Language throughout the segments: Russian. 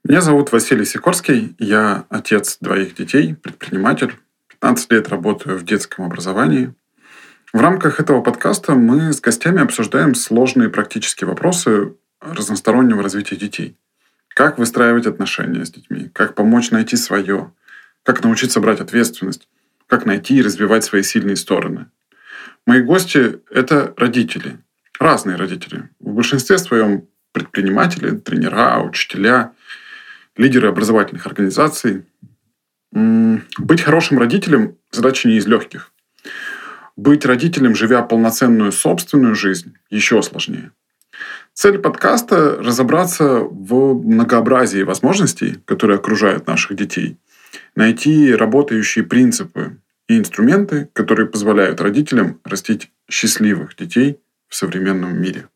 Меня зовут Василий Сикорский, я отец двоих детей, предприниматель. 15 лет работаю в детском образовании. В рамках этого подкаста мы с гостями обсуждаем сложные практические вопросы разностороннего развития детей. Как выстраивать отношения с детьми, как помочь найти свое, как научиться брать ответственность, как найти и развивать свои сильные стороны. Мои гости– это родители, разные родители. В большинстве своем предприниматели, тренера, учителя, лидеры образовательных организаций. Быть хорошим родителем– задача не из легких. Быть родителем, живя полноценную собственную жизнь, еще сложнее. Цель подкаста– разобраться в многообразии возможностей, которые окружают наших детей, найти работающие принципы и инструменты, которые позволяют родителям растить счастливых детей в современном мире.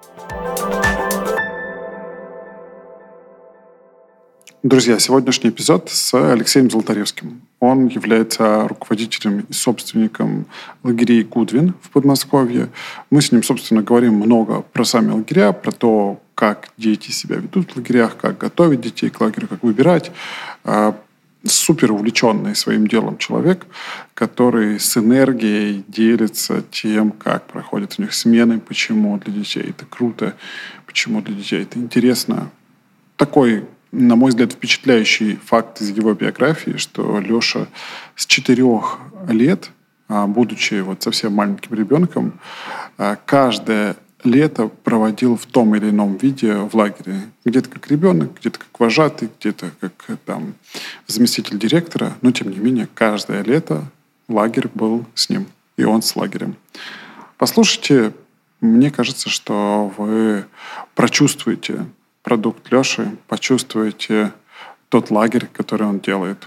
Друзья, сегодняшний эпизод с Алексеем Золотаревским. Он является руководителем и собственником лагерей «Гудвин» в Подмосковье. Мы с ним, собственно, говорим много про сами лагеря, про то, как дети себя ведут в лагерях, как готовить детей к лагерю, как выбирать. Супер увлеченный своим делом человек, который с энергией делится тем, как проходят у них смены, почему для детей это круто, почему для детей это интересно. Такой, на мой взгляд, впечатляющий факт из его биографии, что Леша с 4 лет, будучи совсем маленьким ребенком, каждое лето проводил в том или ином виде в лагере. Где-то как ребенок, где-то как вожатый, где-то как заместитель директора. Но, тем не менее, каждое лето лагерь был с ним, и он с лагерем. Послушайте, мне кажется, что вы прочувствуете продукт Леши, почувствуете тот лагерь, который он делает.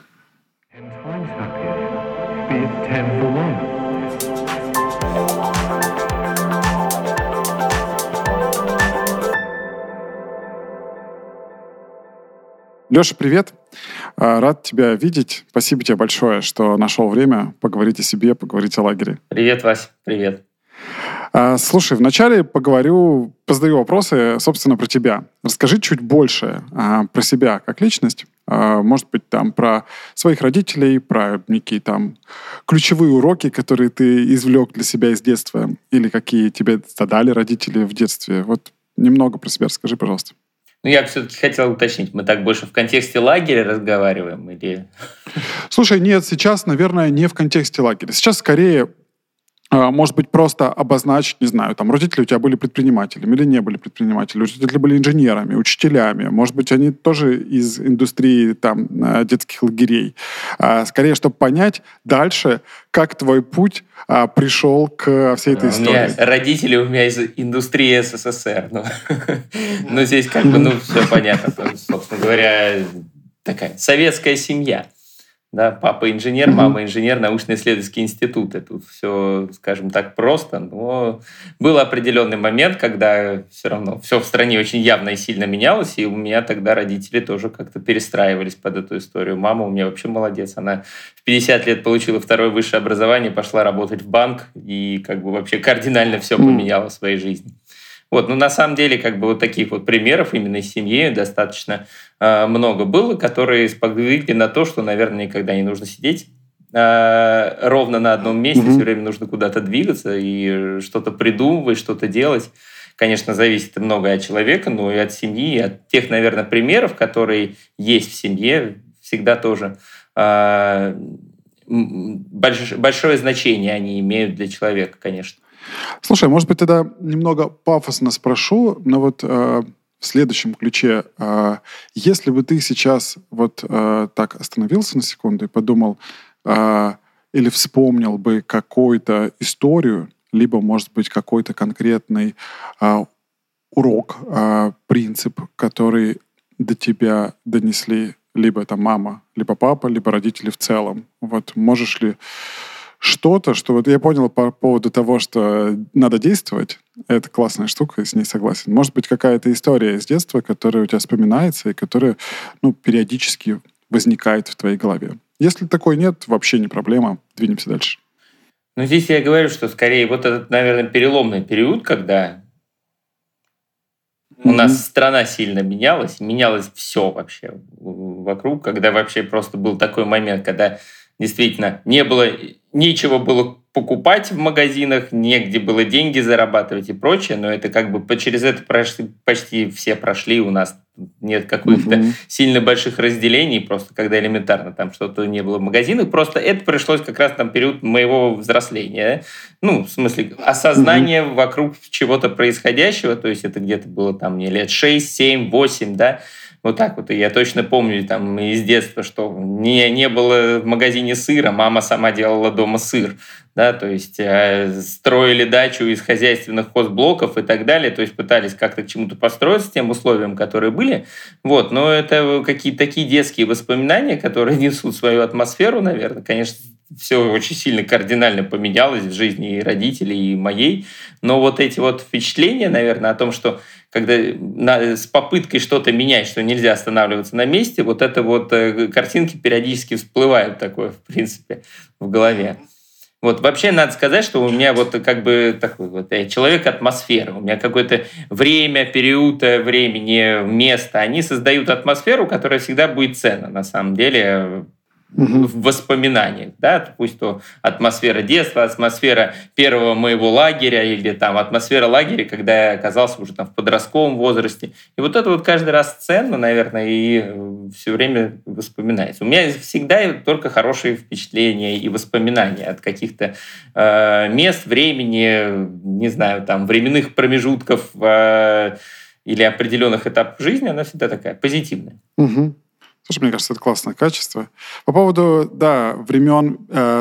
Леша, привет. Рад тебя видеть. Спасибо тебе большое, что нашел время поговорить о себе, поговорить о лагере. Привет, Вась. Привет. Слушай, вначале позадаю вопросы, собственно, про тебя. Расскажи чуть больше про себя как личность. Может быть, про своих родителей, про некие ключевые уроки, которые ты извлек для себя из детства, или какие тебе задали родители в детстве. Немного про себя расскажи, пожалуйста. Я все-таки хотел уточнить, мы так больше в контексте лагеря разговариваем или... Слушай, нет, сейчас, наверное, не в контексте лагеря. Сейчас скорее, может быть, просто обозначить, не знаю, родители у тебя были предпринимателями или не были предпринимателями, родители были инженерами, учителями, может быть, они тоже из индустрии детских лагерей. Скорее, чтобы понять дальше, как твой путь пришел к всей этой истории. Родители у меня из индустрии СССР. Но здесь все понятно. Собственно говоря, такая советская семья. Да, папа инженер, мама инженер, научно-исследовательский институт. И тут все, скажем так, просто. Но был определенный момент, когда все равно все в стране очень явно и сильно менялось, и у меня тогда родители тоже как-то перестраивались под эту историю. Мама у меня вообще молодец. Она в 50 лет получила второе высшее образование, пошла работать в банк и вообще кардинально все поменяла в своей жизни. На самом деле, таких примеров именно из семьи достаточно много было, которые сподвигли на то, что, наверное, никогда не нужно сидеть ровно на одном месте, все время нужно куда-то двигаться и что-то придумывать, что-то делать. Конечно, зависит многое от человека, но и от семьи, и от тех, наверное, примеров, которые есть в семье, всегда тоже большое значение они имеют для человека, конечно. Слушай, может быть, тогда немного пафосно спрошу, но в следующем ключе. Если бы ты сейчас так остановился на секунду и подумал или вспомнил бы какую-то историю, либо, может быть, какой-то конкретный урок, принцип, который до тебя донесли либо мама, либо папа, либо родители в целом. Можешь ли что-то, что я понял по поводу того, что надо действовать, это классная штука, я с ней согласен. Может быть, какая-то история из детства, которая у тебя вспоминается и которая периодически возникает в твоей голове. Если такой нет, вообще не проблема, двинемся дальше. Здесь я говорю, что скорее этот, наверное, переломный период, когда У нас страна сильно менялось все вообще вокруг, когда вообще просто был такой момент, когда действительно нечего было покупать в магазинах, негде было деньги зарабатывать и прочее, но это как бы через это почти все прошли, у нас нет каких-то сильно больших разделений, просто когда элементарно там что-то не было в магазинах, просто это пришлось как раз там период моего взросления, ну, в смысле, осознание вокруг чего-то происходящего, то есть это где-то было там мне лет 6, 7, 8, да, вот так вот. И я точно помню там из детства, что не было в магазине сыра, мама сама делала дома сыр. Да, то есть строили дачу из хозяйственных хозблоков и так далее, то есть пытались как-то к чему-то построиться с тем условиям, которые были. Вот, но это какие-то такие детские воспоминания, которые несут свою атмосферу, наверное. Конечно, все очень сильно кардинально поменялось в жизни и родителей, и моей. Но вот эти вот впечатления, наверное, о том, что когда с попыткой что-то менять, что нельзя останавливаться на месте, вот это вот картинки периодически всплывают такое, в принципе, в голове. Вот вообще надо сказать, что у меня вот как бы такой вот человек атмосфера. У меня какое-то время, период времени, место. Они создают атмосферу, которая всегда будет ценна на самом деле в воспоминаниях, да, пусть то атмосфера детства, атмосфера первого моего лагеря или там атмосфера лагеря, когда я оказался уже там в подростковом возрасте. И вот это вот каждый раз ценно, наверное, и все время воспоминается. У меня всегда только хорошие впечатления и воспоминания от каких-то мест, времени, не знаю, там временных промежутков или определенных этапов жизни, она всегда такая позитивная. Слушай, мне кажется, это классное качество. По поводу, да, времен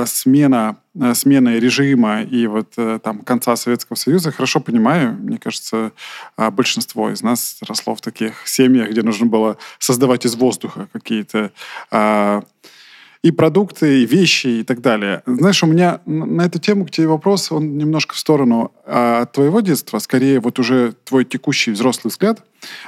смены режима и вот там конца Советского Союза, хорошо понимаю. Мне кажется, большинство из нас росло в таких семьях, где нужно было создавать из воздуха какие-то и продукты, и вещи, и так далее. Знаешь, у меня на эту тему к тебе вопрос, он немножко в сторону от твоего детства, скорее вот уже твой текущий взрослый взгляд.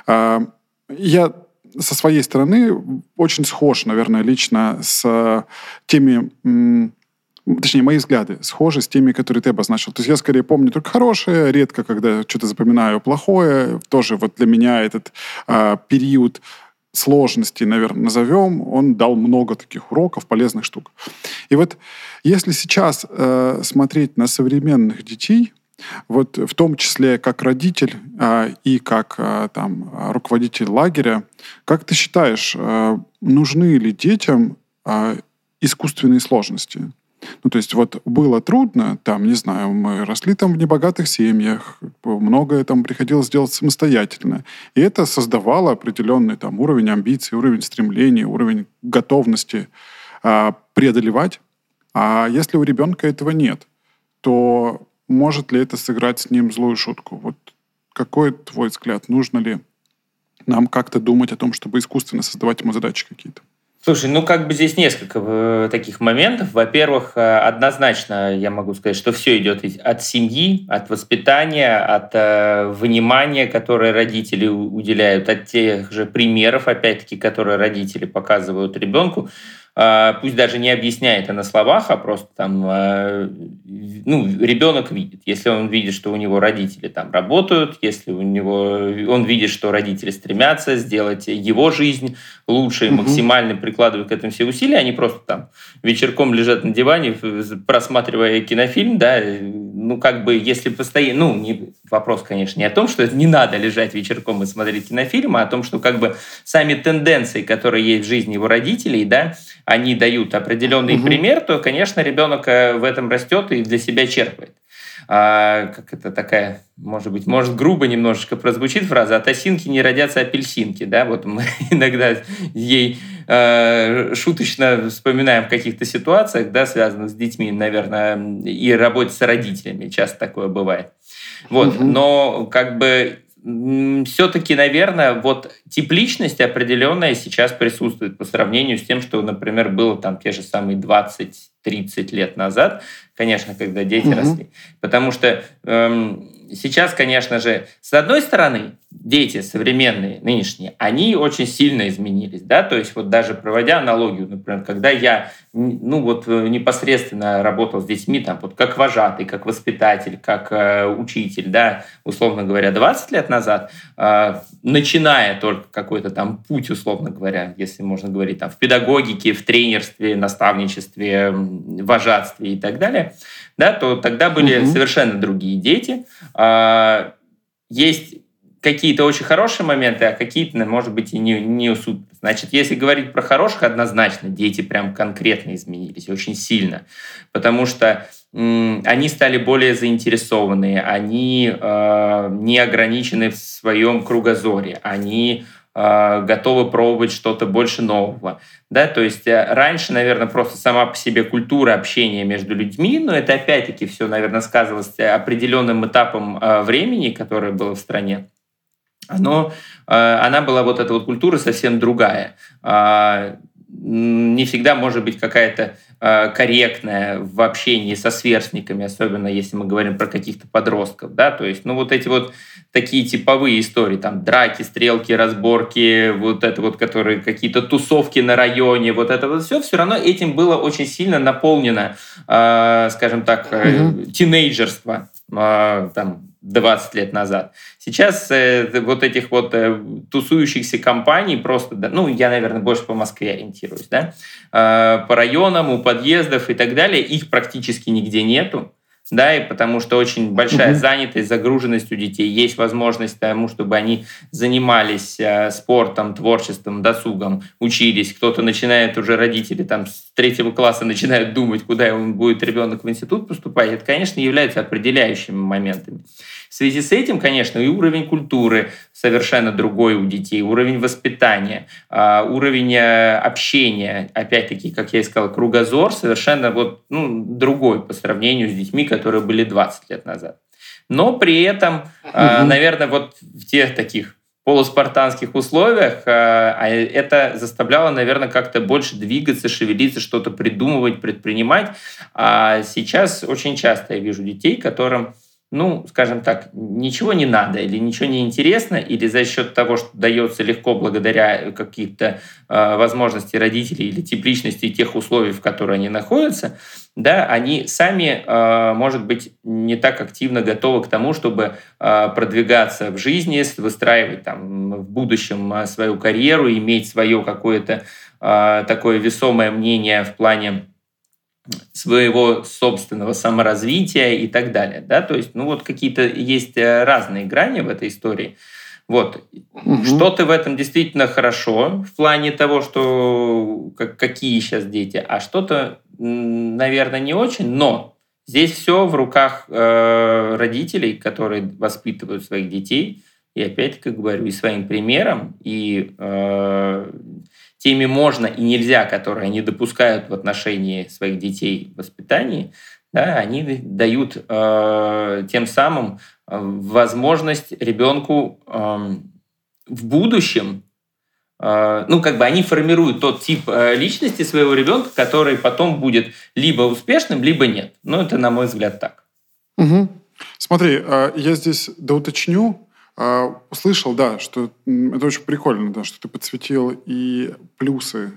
Я со своей стороны очень схож, наверное, лично с теми, точнее, мои взгляды схожи с теми, которые ты обозначил. То есть я скорее помню только хорошее, редко, когда что-то запоминаю плохое. Тоже вот для меня этот период сложности, наверное, назовем, он дал много таких уроков, полезных штук. И вот если сейчас смотреть на современных детей, вот в том числе как родитель и как там руководитель лагеря, как ты считаешь, нужны ли детям искусственные сложности? Ну, то есть вот было трудно, там, не знаю, мы росли там в небогатых семьях, многое там приходилось делать самостоятельно. И это создавало определенный там уровень амбиций, уровень стремлений, уровень готовности преодолевать. А если у ребенка этого нет, то может ли это сыграть с ним злую шутку? Вот какой твой взгляд? Нужно ли нам как-то думать о том, чтобы искусственно создавать ему задачи какие-то? Слушай, ну как бы здесь несколько таких моментов. Во-первых, однозначно я могу сказать, что все идет от семьи, от воспитания, от внимания, которое родители уделяют, от тех же примеров, опять-таки, которые родители показывают ребенку. Пусть даже не объясняя это на словах, а просто там, ребенок видит. Если он видит, что у него родители там работают, если он видит, что родители стремятся сделать его жизнь лучше и максимально прикладывают к этому все усилия, они просто там вечерком лежат на диване, просматривая кинофильм, да, ну, как бы, если постоянно, вопрос, конечно, не о том, что не надо лежать вечерком и смотреть кинофильм, а о том, что как бы сами тенденции, которые есть в жизни его родителей, да, они дают определенный пример, то, конечно, ребенок в этом растет и для себя черпает. Как это такая, может грубо немножечко прозвучит фраза, от осинки не родятся апельсинки, да, вот мы иногда ей шуточно вспоминаем в каких-то ситуациях, да, связанных с детьми, наверное, и работе с родителями, часто такое бывает. Вот, но как бы все-таки, наверное, вот тип личности определенная сейчас присутствует по сравнению с тем, что, например, было там те же самые 20-30 лет назад, конечно, когда дети росли. Потому что сейчас, конечно же, с одной стороны, дети современные, нынешние, они очень сильно изменились, да, то есть вот даже проводя аналогию, например, когда я, непосредственно работал с детьми, там, вот как вожатый, как воспитатель, как учитель, да, условно говоря, 20 лет назад, начиная только какой-то там путь, условно говоря, если можно говорить, там, в педагогике, в тренерстве, наставничестве, вожатстве и так далее, да, то тогда были совершенно другие дети. Есть какие-то очень хорошие моменты, а какие-то, может быть, и не супер. Значит, если говорить про хороших, однозначно дети прям конкретно изменились, очень сильно. Потому что они стали более заинтересованные, они не ограничены в своем кругозоре, они готовы пробовать что-то больше нового. Да? То есть раньше, наверное, просто сама по себе культура общения между людьми, но это опять-таки все, наверное, сказывалось определенным этапом времени, которое было в стране. Она была, вот эта вот культура, совсем другая. Не всегда может быть какая-то корректная в общении со сверстниками, особенно если мы говорим про каких-то подростков, да, то есть, вот эти вот такие типовые истории, там, драки, стрелки, разборки, вот это вот, которые какие-то тусовки на районе, вот это вот все равно этим было очень сильно наполнено, скажем так, тинейджерство, там, 20 лет назад. Сейчас вот этих вот тусующихся компаний просто, я, наверное, больше по Москве ориентируюсь, да, по районам, у подъездов и так далее, их практически нигде нету, да, и потому что очень большая занятость, загруженность у детей, есть возможность тому, чтобы они занимались спортом, творчеством, досугом, учились. Кто-то начинает, уже родители там с 3 класса начинают думать, куда он будет ребенок в институт поступать. Это, конечно, является определяющими моментами. В связи с этим, конечно, и уровень культуры совершенно другой у детей, уровень воспитания, уровень общения, опять-таки, как я и сказал, кругозор совершенно другой по сравнению с детьми, которые были 20 лет назад. Но при этом, наверное, вот в тех таких полуспартанских условиях это заставляло, наверное, как-то больше двигаться, шевелиться, что-то придумывать, предпринимать. А сейчас очень часто я вижу детей, которым, скажем так, ничего не надо или ничего не интересно, или за счет того, что дается легко благодаря каким-то возможностям родителей или тип личности и тех условий, в которых они находятся, да, они сами, может быть, не так активно готовы к тому, чтобы продвигаться в жизни, выстраивать там в будущем свою карьеру, иметь свое какое-то такое весомое мнение в плане своего собственного саморазвития и так далее. Да? То есть, какие-то есть разные грани в этой истории. Вот. Что-то в этом действительно хорошо в плане того, что какие сейчас дети, а что-то, наверное, не очень, но здесь все в руках родителей, которые воспитывают своих детей, и опять-таки говорю, и своим примером, и теми можно и нельзя, которые они допускают в отношении своих детей в воспитании, да, они дают тем самым возможность ребенку в будущем, они формируют тот тип личности своего ребенка, который потом будет либо успешным, либо нет. Это, на мой взгляд, так. Смотри, я здесь доуточню. Услышал, да, что это очень прикольно, да, что ты подсветил и плюсы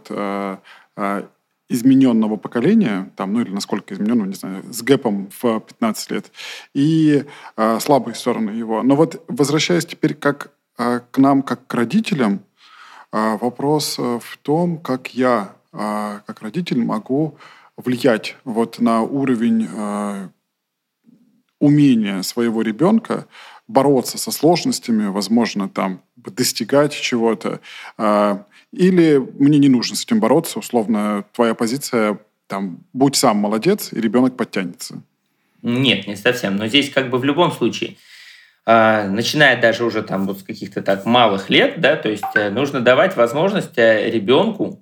измененного поколения, там, или насколько измененного, не знаю, с гэпом в 15 лет, и слабые стороны его. Но возвращаясь теперь к нам, как к родителям, вопрос в том, как я, как родитель, могу влиять на уровень умения своего ребенка бороться со сложностями, возможно, там, достигать чего-то. Или мне не нужно с этим бороться, условно, твоя позиция, там, будь сам молодец, и ребенок подтянется. Нет, не совсем. Но здесь в любом случае, начиная даже уже там с каких-то так малых лет, да, то есть нужно давать возможность ребенку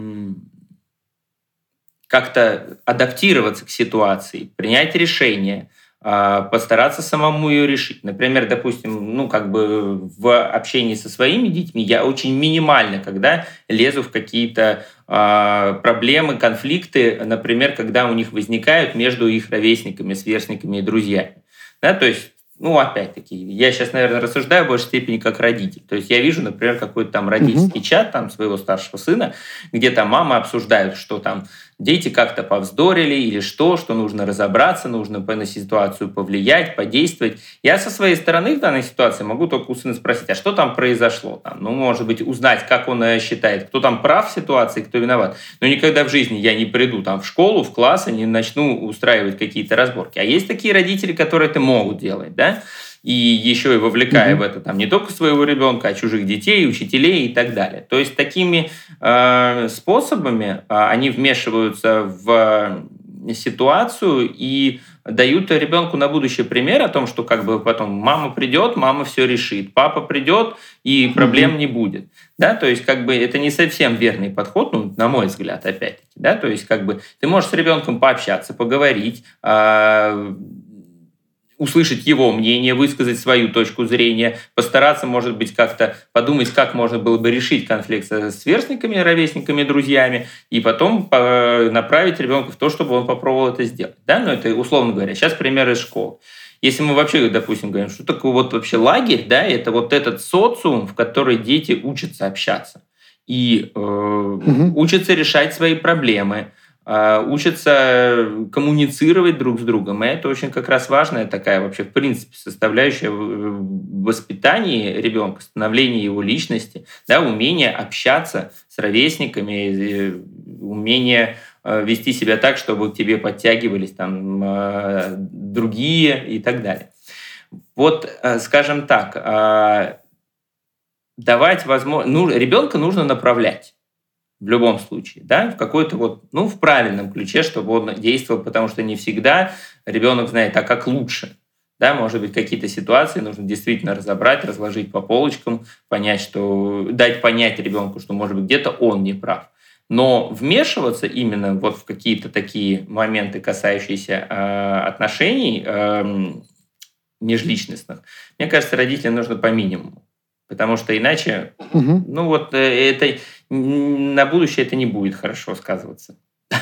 как-то адаптироваться к ситуации, принять решение, постараться самому ее решить. Например, допустим, в общении со своими детьми я очень минимально, когда лезу в какие-то проблемы, конфликты, например, когда у них возникают между их ровесниками, сверстниками и друзьями. Да, то есть ну, опять-таки, я сейчас, наверное, рассуждаю в большей степени как родитель. То есть я вижу, например, какой-то там родительский чат там своего старшего сына, где там мамы обсуждают, что там дети как-то повздорили или что нужно разобраться, нужно на ситуацию повлиять, подействовать. Я со своей стороны в данной ситуации могу только у сына спросить, а что там произошло? Там, ну, может быть, узнать, как он считает, кто там прав в ситуации, кто виноват. Но никогда в жизни я не приду там в школу, в класс и не начну устраивать какие-то разборки. А есть такие родители, которые это могут делать, да? И еще и вовлекая в это там не только своего ребенка, а чужих детей, учителей и так далее. То есть такими способами они вмешиваются в ситуацию и дают ребенку на будущее пример о том, что как бы потом мама придет, мама все решит, папа придет и проблем не будет. Да? То есть как бы это не совсем верный подход, ну, на мой взгляд, опять-таки. Да? То есть как бы ты можешь с ребенком пообщаться, поговорить, услышать его мнение, высказать свою точку зрения, постараться, может быть, как-то подумать, как можно было бы решить конфликт со сверстниками, ровесниками, друзьями, и потом направить ребенка в то, чтобы он попробовал это сделать. Да? Но это, условно говоря, сейчас пример из школы. Если мы вообще, допустим, говорим, что такое вот вообще лагерь, да, это вот этот социум, в который дети учатся общаться и учатся решать свои проблемы, учатся коммуницировать друг с другом. И это очень как раз важная такая вообще, в принципе, составляющая в воспитании ребенка, становлении его личности, да, умение общаться с ровесниками, умение вести себя так, чтобы к тебе подтягивались там другие и так далее. Вот, скажем так, давать возможность... ребенка нужно направлять. В любом случае, да, в какой-то вот, ну, в правильном ключе, чтобы он действовал, потому что не всегда ребенок знает, а как лучше. Да, может быть, какие-то ситуации нужно действительно разобрать, разложить по полочкам, дать понять ребенку, что, может быть, где-то он не прав. Но вмешиваться именно вот в какие-то такие моменты, касающиеся отношений межличностных, мне кажется, родителям нужно по минимуму. Потому что иначе, ну вот это на будущее это не будет хорошо сказываться.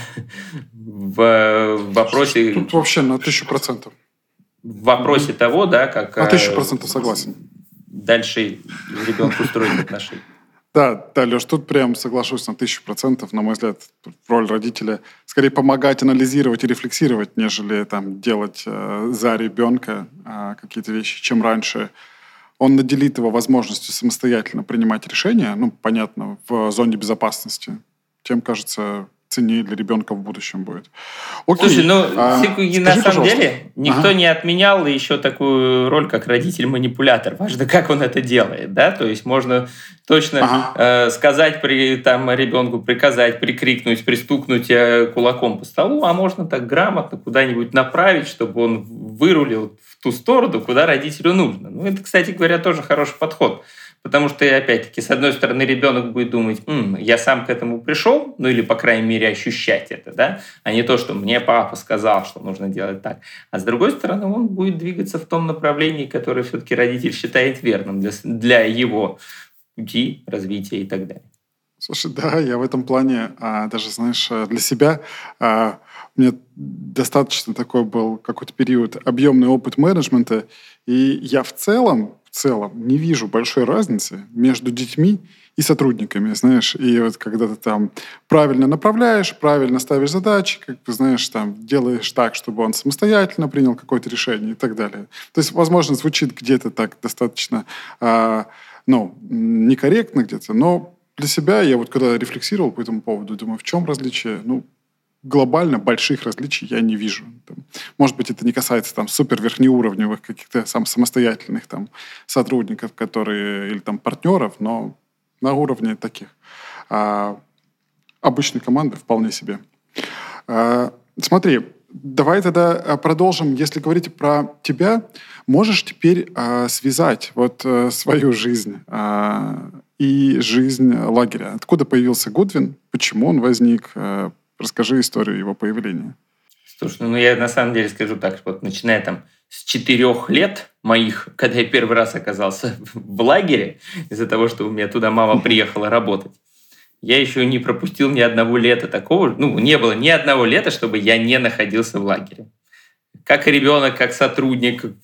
В вопросе... Тут вообще на 1000%. В вопросе того, да, как... На 1000% согласен. Дальше ребенку строить отношения. Да, Леш, тут прям соглашусь на 1000%. На мой взгляд, роль родителя скорее помогать анализировать и рефлексировать, нежели там делать за ребенка какие-то вещи, чем раньше. Он наделит его возможностью самостоятельно принимать решения, ну, понятно, в зоне безопасности. Тем, кажется, ценнее для ребенка в будущем будет. Окей. Слушай, на самом деле никто не отменял еще такую роль, как родитель-манипулятор. Важно, как он это делает, да? То есть можно точно сказать ребенку, приказать, прикрикнуть, пристукнуть кулаком по столу, а можно так грамотно куда-нибудь направить, чтобы он вырулил в ту сторону, куда родителю нужно. Ну, это, кстати говоря, тоже хороший подход. Потому что, опять-таки, с одной стороны, ребенок будет думать, я сам к этому пришел, ну или, по крайней мере, ощущать это, да, а не то, что мне папа сказал, что нужно делать так. А с другой стороны, он будет двигаться в том направлении, которое все-таки родитель считает верным для его пути развития и так далее. Слушай, да, я в этом плане даже, знаешь, для себя у меня достаточно такой был какой-то период объемный опыт менеджмента, и я в целом не вижу большой разницы между детьми и сотрудниками, знаешь. И вот когда ты там правильно направляешь, правильно ставишь задачи, как бы, знаешь, там делаешь так, чтобы он самостоятельно принял какое-то решение и так далее. То есть, возможно, звучит где-то так достаточно, некорректно где-то, но для себя я вот когда рефлексировал по этому поводу, думаю, в чем различие? Ну, глобально больших различий я не вижу. Может быть, это не касается там супер верхнеуровневых каких-то самостоятельных там сотрудников, или там партнеров, но на уровне таких обычной команды вполне себе. Смотри, давай тогда продолжим. Если говорить про тебя, можешь теперь связать вот свою жизнь и жизнь лагеря? Откуда появился Гудвин? Почему он возник? Расскажи историю его появления. Слушай, я на самом деле скажу так, вот начиная там с 4 лет моих, когда я первый раз оказался в лагере, из-за того, что у меня туда мама приехала работать, я еще не пропустил ни одного лета такого, не было ни одного лета, чтобы я не находился в лагере. Как ребенок, как сотрудник,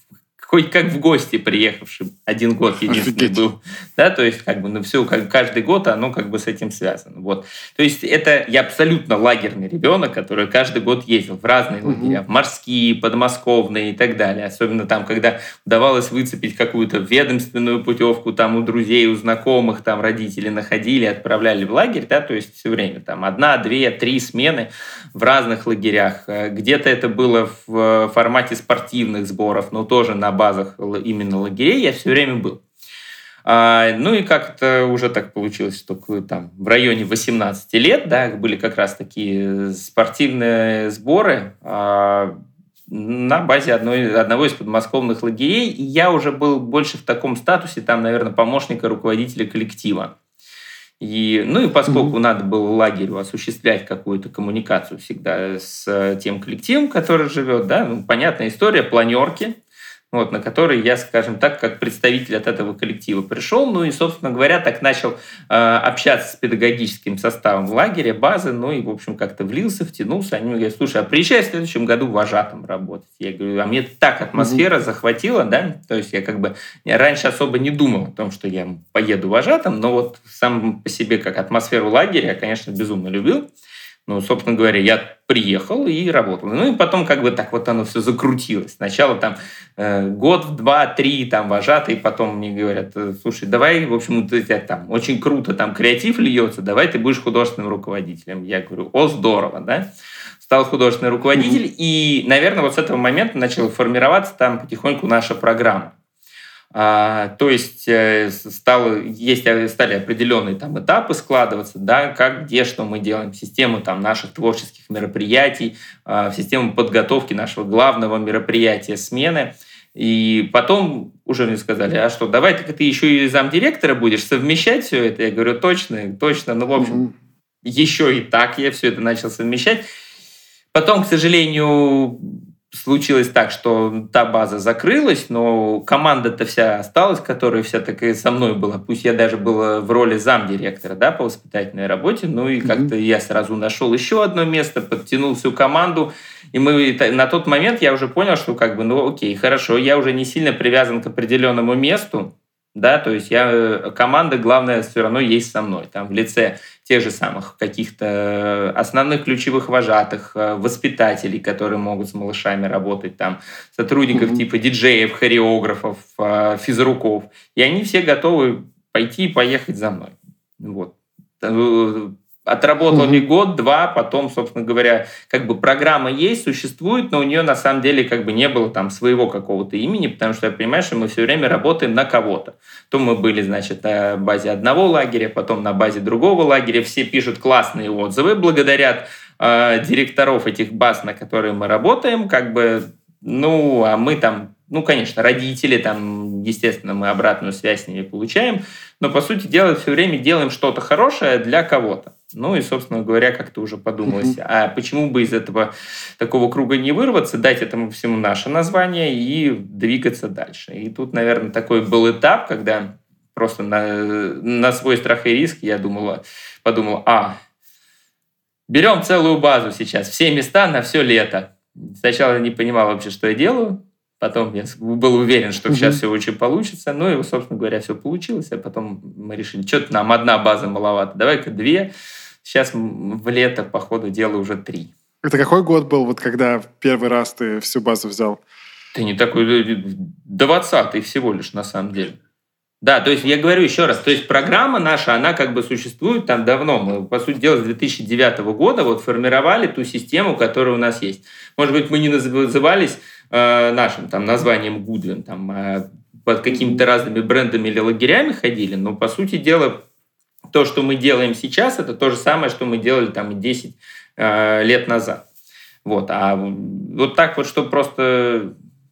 хоть как в гости приехавший, 1 год единственный был. Да, то есть все, каждый год оно с этим связано. Вот. То есть я абсолютно лагерный ребенок, который каждый год ездил в разные лагеря, в морские, подмосковные и так далее. Особенно там, когда удавалось выцепить какую-то ведомственную путевку, там у друзей, у знакомых, там родители находили, отправляли в лагерь, да, то есть все время там 1, 2, 3 смены в разных лагерях. Где-то это было в формате спортивных сборов, но тоже на базах именно лагерей я все время был. И как-то уже так получилось, что там в районе 18 лет, да, были как раз такие спортивные сборы на базе одного из подмосковных лагерей, и я уже был больше в таком статусе, там, наверное, помощника руководителя коллектива. И поскольку надо было лагерю осуществлять какую-то коммуникацию всегда с тем коллективом, который живет, да, понятная история, планерки, на который я, скажем так, как представитель от этого коллектива пришел, и, собственно говоря, так начал общаться с педагогическим составом в лагере, базы, и, в общем, как-то влился, втянулся. Они мне говорят: слушай, а приезжай в следующем году вожатым работать. Я говорю: а мне так атмосфера захватила, да, то есть я раньше особо не думал о том, что я поеду вожатым, но вот сам по себе как атмосферу лагеря я, конечно, безумно любил. Собственно говоря, я приехал и работал. И потом так вот оно все закрутилось. Сначала там год, 2, 3 там вожатый, потом мне говорят: слушай, давай, в общем, у тебя там очень круто там креатив льется, давай ты будешь художественным руководителем. Я говорю: о, здорово, да? Стал художественный руководитель, и, наверное, вот с этого момента начала формироваться там потихоньку наша программа. То есть стали определенные там этапы складываться, да, как, где, что мы делаем, систему там наших творческих мероприятий, систему подготовки нашего главного мероприятия смены. И потом уже мне сказали: а что, давай-ка ты еще и замдиректора будешь совмещать все это? Я говорю: точно. В общем, еще и так я все это начал совмещать. Потом, к сожалению, случилось так, что та база закрылась, но команда-то вся осталась, которая вся такая со мной была. Пусть я даже был в роли замдиректора, да, по воспитательной работе, и как-то я сразу нашел еще одно место, подтянул всю команду. И на тот момент я уже понял, что окей, хорошо, я уже не сильно привязан к определенному месту, да, то есть команда, главное, все равно есть со мной, там в лице тех же самых каких-то основных ключевых вожатых, воспитателей, которые могут с малышами работать, там сотрудников типа диджеев, хореографов, физруков, и они все готовы пойти и поехать за мной. Вот. Отработал ли год-два, потом, собственно говоря, программа есть, существует, но у нее на самом деле не было там своего какого-то имени, потому что я понимаю, что мы все время работаем на кого-то. То мы были, значит, на базе одного лагеря, потом на базе другого лагеря, все пишут классные отзывы, благодарят директоров этих баз, на которые мы работаем, а мы там, конечно, родители, там, естественно, мы обратную связь с ними получаем, но, по сути дела, все время делаем что-то хорошее для кого-то. И, собственно говоря, как-то уже подумалось, а почему бы из этого такого круга не вырваться, дать этому всему наше название и двигаться дальше. И тут, наверное, такой был этап, когда просто на свой страх и риск я подумал, берем целую базу сейчас, все места на все лето. Сначала я не понимал вообще, что я делаю. Потом я был уверен, что сейчас все очень получится. И, собственно говоря, все получилось. А потом мы решили, что-то нам одна база маловато. Давай-ка 2. Сейчас в лето, по ходу дела, уже 3. Это какой год был, когда первый раз ты всю базу взял? Ты не такой... 20-й всего лишь, на самом деле. Да, то есть я говорю еще раз, то есть программа наша, она существует там давно. Мы, по сути дела, с 2009 года формировали ту систему, которая у нас есть. Может быть, мы не назывались нашим там названием Гудвин, там, под какими-то разными брендами или лагерями ходили, но, по сути дела, то, что мы делаем сейчас, это то же самое, что мы делали там 10 лет назад. А вот так вот, что просто...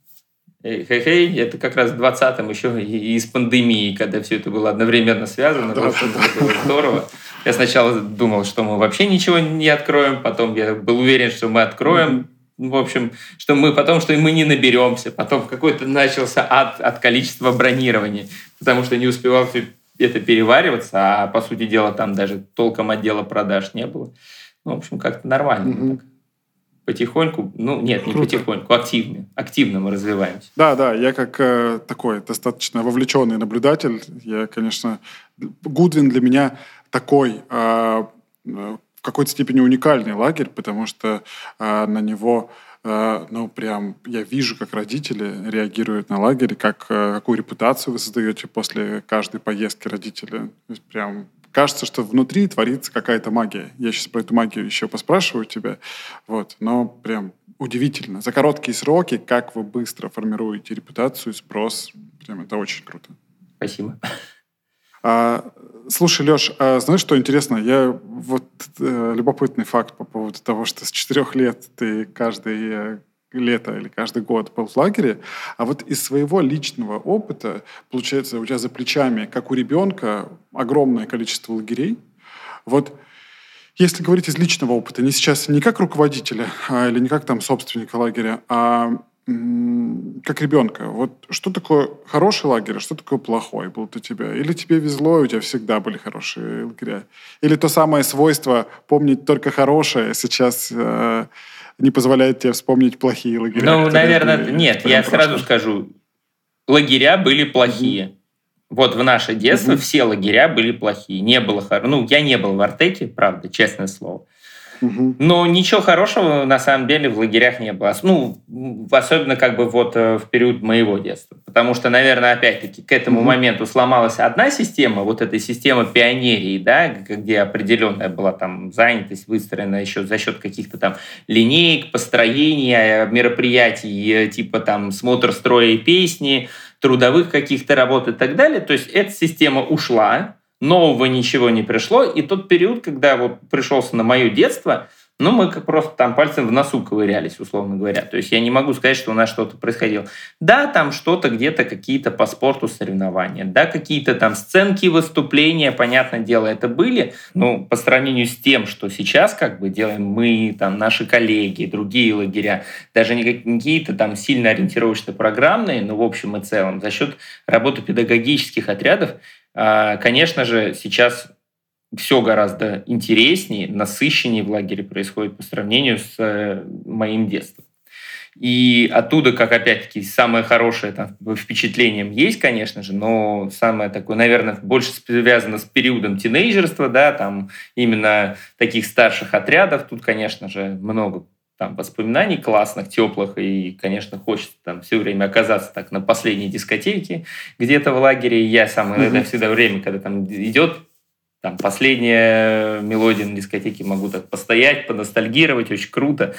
это как раз в 20-м еще и с пандемией, когда все это было одновременно связано. Это было здорово. Я сначала думал, что мы вообще ничего не откроем, потом я был уверен, что мы откроем. В общем, что мы не наберемся. Потом какой-то начался ад от количества бронирования, потому что не успевал все это перевариваться, а, по сути дела, там даже толком отдела продаж не было. В общем, как-то нормально. потихоньку, нет, не Круто. потихоньку, активно мы развиваемся. Да, я как такой достаточно вовлеченный наблюдатель, я, конечно, Гудвин для меня такой в какой-то степени уникальный лагерь, потому что на него, прям я вижу, как родители реагируют на лагерь, какую репутацию вы создаете после каждой поездки родители. То есть прям кажется, что внутри творится какая-то магия. Я сейчас про эту магию еще поспрашиваю тебя. Но прям удивительно. За короткие сроки, как вы быстро формируете репутацию, спрос. Прям это очень круто. Спасибо. Слушай, Леш, знаешь, что интересно? Любопытный факт по поводу того, что с 4 лет ты каждое лето или каждый год был в лагере, а вот из своего личного опыта, получается, у тебя за плечами, как у ребенка, огромное количество лагерей. Если говорить из личного опыта, не как руководителя или не как там собственника лагеря, а как ребенка. Что такое хороший лагерь, а что такое плохой был для тебя? Или тебе везло, и у тебя всегда были хорошие лагеря? Или то самое свойство помнить только хорошее сейчас не позволяет тебе вспомнить плохие лагеря? Наверное, нет. Я сразу скажу, лагеря были плохие. В наше детство все лагеря были плохие. Не было я не был в Артеке, правда, честное слово. Но ничего хорошего, на самом деле, в лагерях не было. Особенно в период моего детства. Потому что, наверное, опять-таки, к этому моменту сломалась одна система, эта система пионерии, да, где определенная была там занятость выстроена еще за счет каких-то там линеек, построения, мероприятий, типа там смотр строя и песни, трудовых каких-то работ и так далее. То есть эта система ушла, нового ничего не пришло, и тот период, когда пришелся на мое детство, мы как просто там пальцем в носу ковырялись, условно говоря. То есть я не могу сказать, что у нас что-то происходило. Да, там что-то где-то, какие-то по спорту соревнования, да, какие-то там сценки, выступления, понятное дело, это были, но по сравнению с тем, что сейчас делаем мы, там, наши коллеги, другие лагеря, даже не какие-то там сильно ориентировочно-программные, но в общем и целом, за счет работы педагогических отрядов, конечно же, сейчас все гораздо интереснее, насыщеннее в лагере происходит по сравнению с моим детством. И оттуда, как опять-таки, самое хорошее впечатлением есть, конечно же, но самое такое, наверное, больше связано с периодом тинейджерства, да, там именно таких старших отрядов. Тут, конечно же, много там воспоминаний классных, теплых, и, конечно, хочется там все время оказаться так на последней дискотеке где-то в лагере. Я сам это всегда время, когда там идет там последняя мелодия на дискотеке, могу так постоять, поностальгировать, очень круто.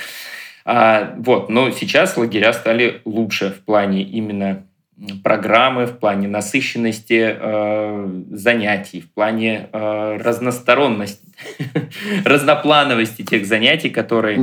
Но сейчас лагеря стали лучше в плане именно программы, в плане насыщенности занятий, в плане разносторонности, разноплановости тех занятий, которые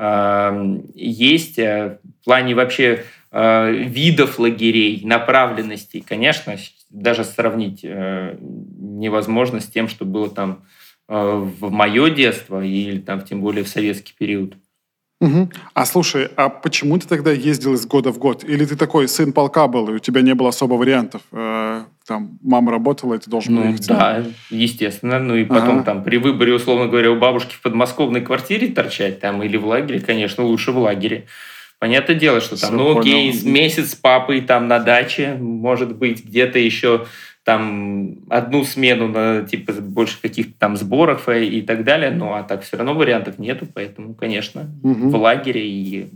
есть, в плане вообще видов лагерей, направленностей. Конечно, даже сравнить невозможно с тем, что было там в мое детство или там тем более в советский период. Слушай, а почему ты тогда ездил из года в год? Или ты такой сын полка был, и у тебя не было особо вариантов? Там мама работала, и ты должен был ехать? Да, естественно. И потом там при выборе, условно говоря, у бабушки в подмосковной квартире торчать там или в лагере, конечно, лучше в лагере. Понятное дело, что там, окей, месяц с папой там на даче, может быть, где-то еще там одну смену на типа больше каких-то там сборов и так далее, а так все равно вариантов нету, поэтому, конечно, в лагере и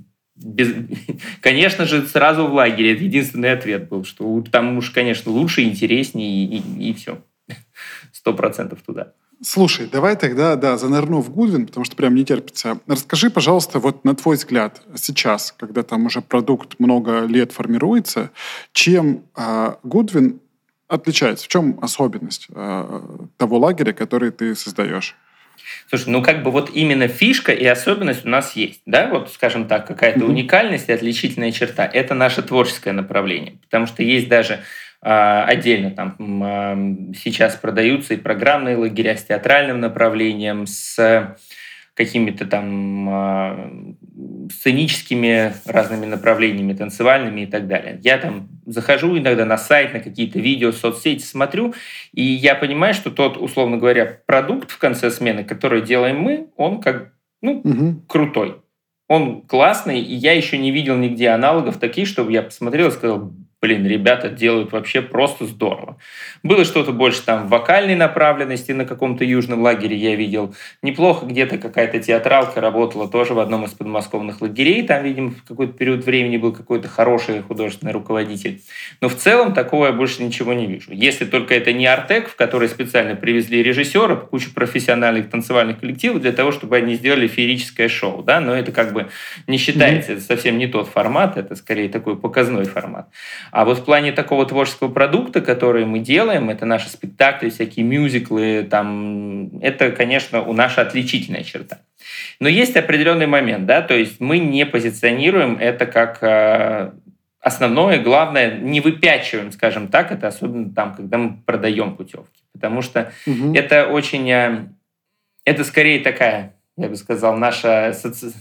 конечно же, сразу в лагере. Это единственный ответ был, что там уж, конечно, лучше, интереснее и все. 100% туда. Слушай, давай тогда, занырну в Гудвин, потому что прям не терпится. Расскажи, пожалуйста, на твой взгляд, сейчас, когда там уже продукт много лет формируется, чем Гудвин отличается? В чем особенность того лагеря, который ты создаешь? Слушай, именно фишка и особенность у нас есть, да, скажем так, какая-то уникальность и отличительная черта. Это наше творческое направление, потому что есть даже отдельно там сейчас продаются и программные лагеря с театральным направлением, с какими-то там сценическими разными направлениями, танцевальными и так далее. Я там захожу иногда на сайт, на какие-то видео, соцсети смотрю, и я понимаю, что тот, условно говоря, продукт в конце смены, который делаем мы, он крутой. Он классный, и я еще не видел нигде аналогов таких, чтобы я посмотрел и сказал, блин, ребята делают вообще просто здорово. Было что-то больше там в вокальной направленности, на каком-то южном лагере я видел. Неплохо где-то какая-то театралка работала тоже в одном из подмосковных лагерей. Там, видимо, в какой-то период времени был какой-то хороший художественный руководитель. Но в целом такого я больше ничего не вижу. Если только это не Артек, в который специально привезли режиссера, кучу профессиональных танцевальных коллективов для того, чтобы они сделали феерическое шоу. Да? Но это как бы не считается, это совсем не тот формат, это скорее такой показной формат. А вот в плане такого творческого продукта, который мы делаем, это наши спектакли, всякие мюзиклы, там, это, конечно, наша отличительная черта. Но есть определенный момент, да, то есть мы не позиционируем это как основное, главное, не выпячиваем, скажем так, это особенно там, когда мы продаем путевки, потому что это очень, это скорее такая, я бы сказал, наша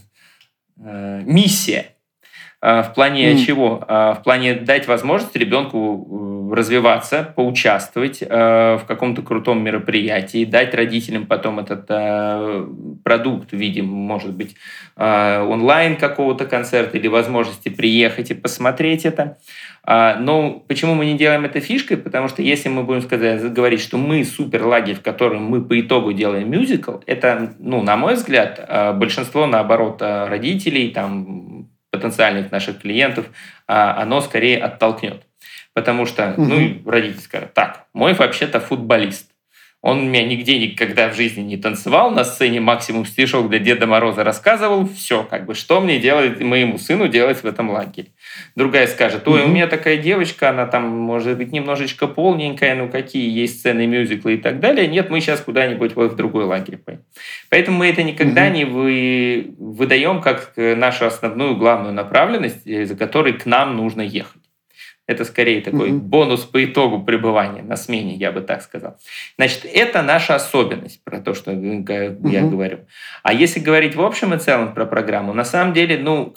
миссия. В плане чего? В плане дать возможность ребенку развиваться, поучаствовать в каком-то крутом мероприятии, дать родителям потом этот продукт в виде, может быть, онлайн какого-то концерта или возможности приехать и посмотреть это. Но почему мы не делаем это фишкой? Потому что если мы будем говорить, что мы суперлагерь, в котором мы по итогу делаем мюзикл, это, на мой взгляд, большинство, наоборот, родителей, там, потенциальных наших клиентов, оно скорее оттолкнет. Потому что, родители скажут, так, мой вообще-то футболист. Он у меня нигде никогда в жизни не танцевал, на сцене максимум стишок для Деда Мороза рассказывал, все, что мне делать, моему сыну делать в этом лагере. Другая скажет, ой, у меня такая девочка, она там, может быть, немножечко полненькая, какие есть сцены, мюзиклы и так далее. Нет, мы сейчас куда-нибудь в другой лагерь пойдем. Поэтому мы это никогда не выдаем как нашу основную главную направленность, за которой к нам нужно ехать. Это скорее такой бонус по итогу пребывания на смене, я бы так сказал. Значит, это наша особенность, про то, что я говорю. А если говорить в общем и целом про программу, на самом деле,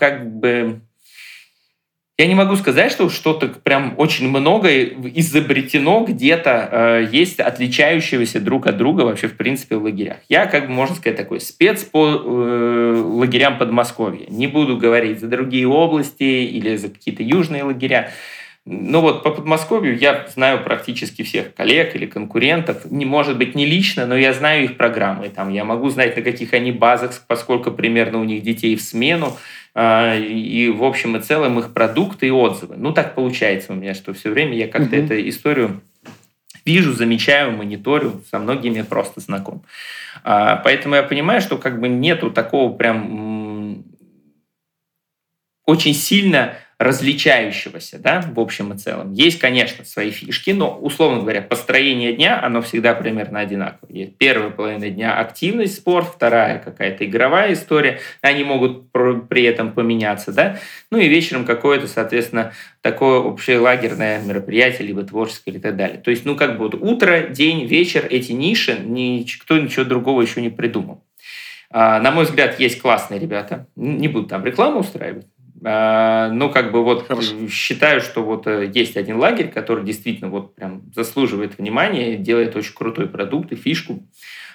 я не могу сказать, что что-то прям очень многое изобретено где-то, есть отличающегося друг от друга вообще в принципе в лагерях. Я, можно сказать, такой спец по лагерям Подмосковья. Не буду говорить за другие области или за какие-то южные лагеря. По Подмосковью я знаю практически всех коллег или конкурентов. Может быть, не лично, но я знаю их программы. Там я могу знать, на каких они базах, поскольку примерно у них детей в смену. И в общем и целом их продукты и отзывы. Так получается у меня, что все время я как-то эту историю вижу, замечаю, мониторю, со многими просто знаком. Поэтому я понимаю, что нету такого прям очень сильно различающегося, да, в общем и целом. Есть, конечно, свои фишки, но, условно говоря, построение дня, оно всегда примерно одинаковое. Первая половина дня – активность, спорт, вторая – какая-то игровая история. Они могут при этом поменяться, да. И вечером какое-то, соответственно, такое общелагерное мероприятие, либо творческое, или так далее. То есть, утро, день, вечер, эти ниши, никто ничего другого еще не придумал. На мой взгляд, есть классные ребята. Не буду там рекламу устраивать. Считаю, что есть один лагерь, который действительно прям заслуживает внимания, делает очень крутой продукт и фишку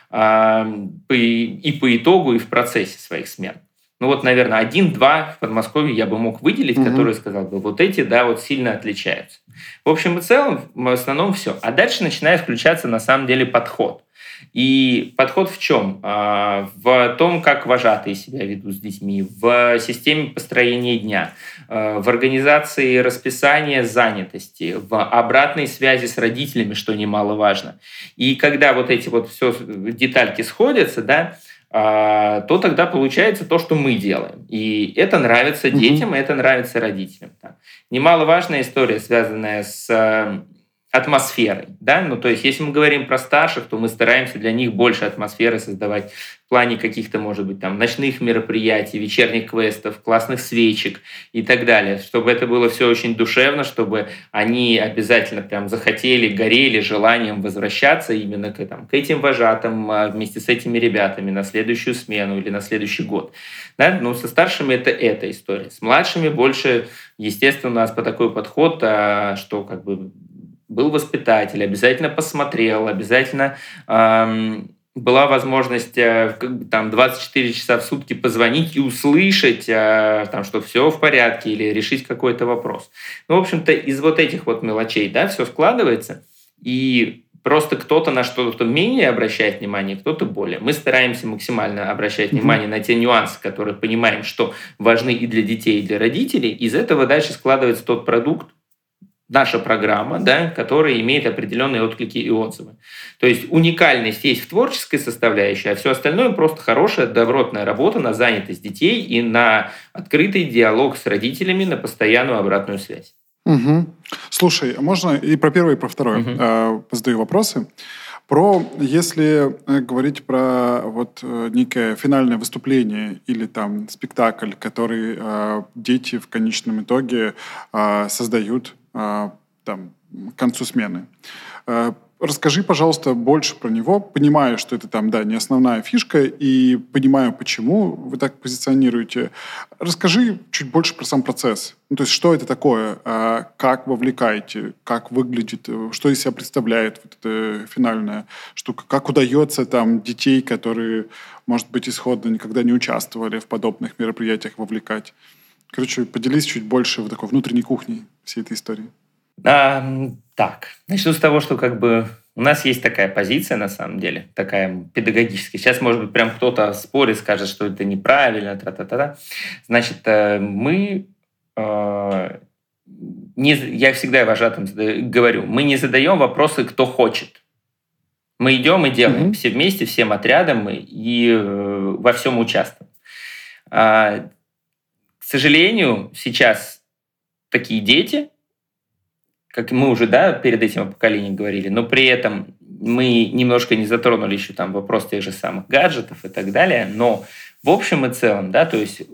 и по итогу, и в процессе своих смен. Наверное, 1-2 в Подмосковье я бы мог выделить, которые сказал бы, эти, да, сильно отличаются. В общем и целом, в основном все. А дальше начинает включаться на самом деле подход. И подход в чем? В том, как вожатые себя ведут с детьми, в системе построения дня, в организации расписания занятости, в обратной связи с родителями, что немаловажно. И когда эти все детальки сходятся, да, то тогда получается то, что мы делаем. И это нравится детям, и это нравится родителям. Немаловажная история, связанная с атмосферой. Да? То есть, если мы говорим про старших, то мы стараемся для них больше атмосферы создавать в плане каких-то, может быть, там, ночных мероприятий, вечерних квестов, классных свечек и так далее. Чтобы это было все очень душевно, чтобы они обязательно прям захотели, горели желанием возвращаться именно к этим вожатым вместе с этими ребятами на следующую смену или на следующий год. Да? Со старшими это эта история. С младшими больше, естественно, у нас по такой подход, что был воспитатель, обязательно посмотрел, обязательно была возможность там 24 часа в сутки позвонить и услышать, там, что все в порядке или решить какой-то вопрос. Ну, в общем-то, из вот этих вот мелочей, да, все складывается, и просто кто-то на что-то менее обращает внимание, кто-то более. Мы стараемся максимально обращать внимание на те нюансы, которые понимаем, что важны и для детей, и для родителей. Из этого дальше складывается тот продукт, наша программа, да, которая имеет определенные отклики и отзывы. То есть уникальность есть в творческой составляющей, а все остальное просто хорошая, добротная работа на занятость детей и на открытый диалог с родителями, на постоянную обратную связь. Угу. Слушай, можно и про первое, и про второе задаю вопросы. Если говорить про вот некое финальное выступление или там спектакль, который дети в конечном итоге создают там, к концу смены. Расскажи, пожалуйста, больше про него, понимая, что это там, да, не основная фишка, и понимаю, почему вы так позиционируете. Расскажи чуть больше про сам процесс. Ну, то есть, что это такое, как вовлекаете, как выглядит, что из себя представляет вот эта финальная штука, как удается там детей, которые, может быть, исходно никогда не участвовали в подобных мероприятиях, вовлекать. Короче, поделись чуть больше вот такой внутренней кухней всей этой истории. Так, начну с того, что как бы у нас есть такая позиция, на самом деле, такая педагогическая. Сейчас, может быть, прям кто-то спорит, скажет, что это неправильно, тра-та-та-та. Значит, мы... Я всегда вожатым говорю, мы не задаем вопросы, кто хочет. Мы идем и делаем все вместе, всем отрядом и во всем участвуем. К сожалению, сейчас такие дети, как мы уже перед этим о поколении говорили, но при этом мы немножко не затронули еще там вопрос тех же самых гаджетов и так далее, но в общем и целом, да, то есть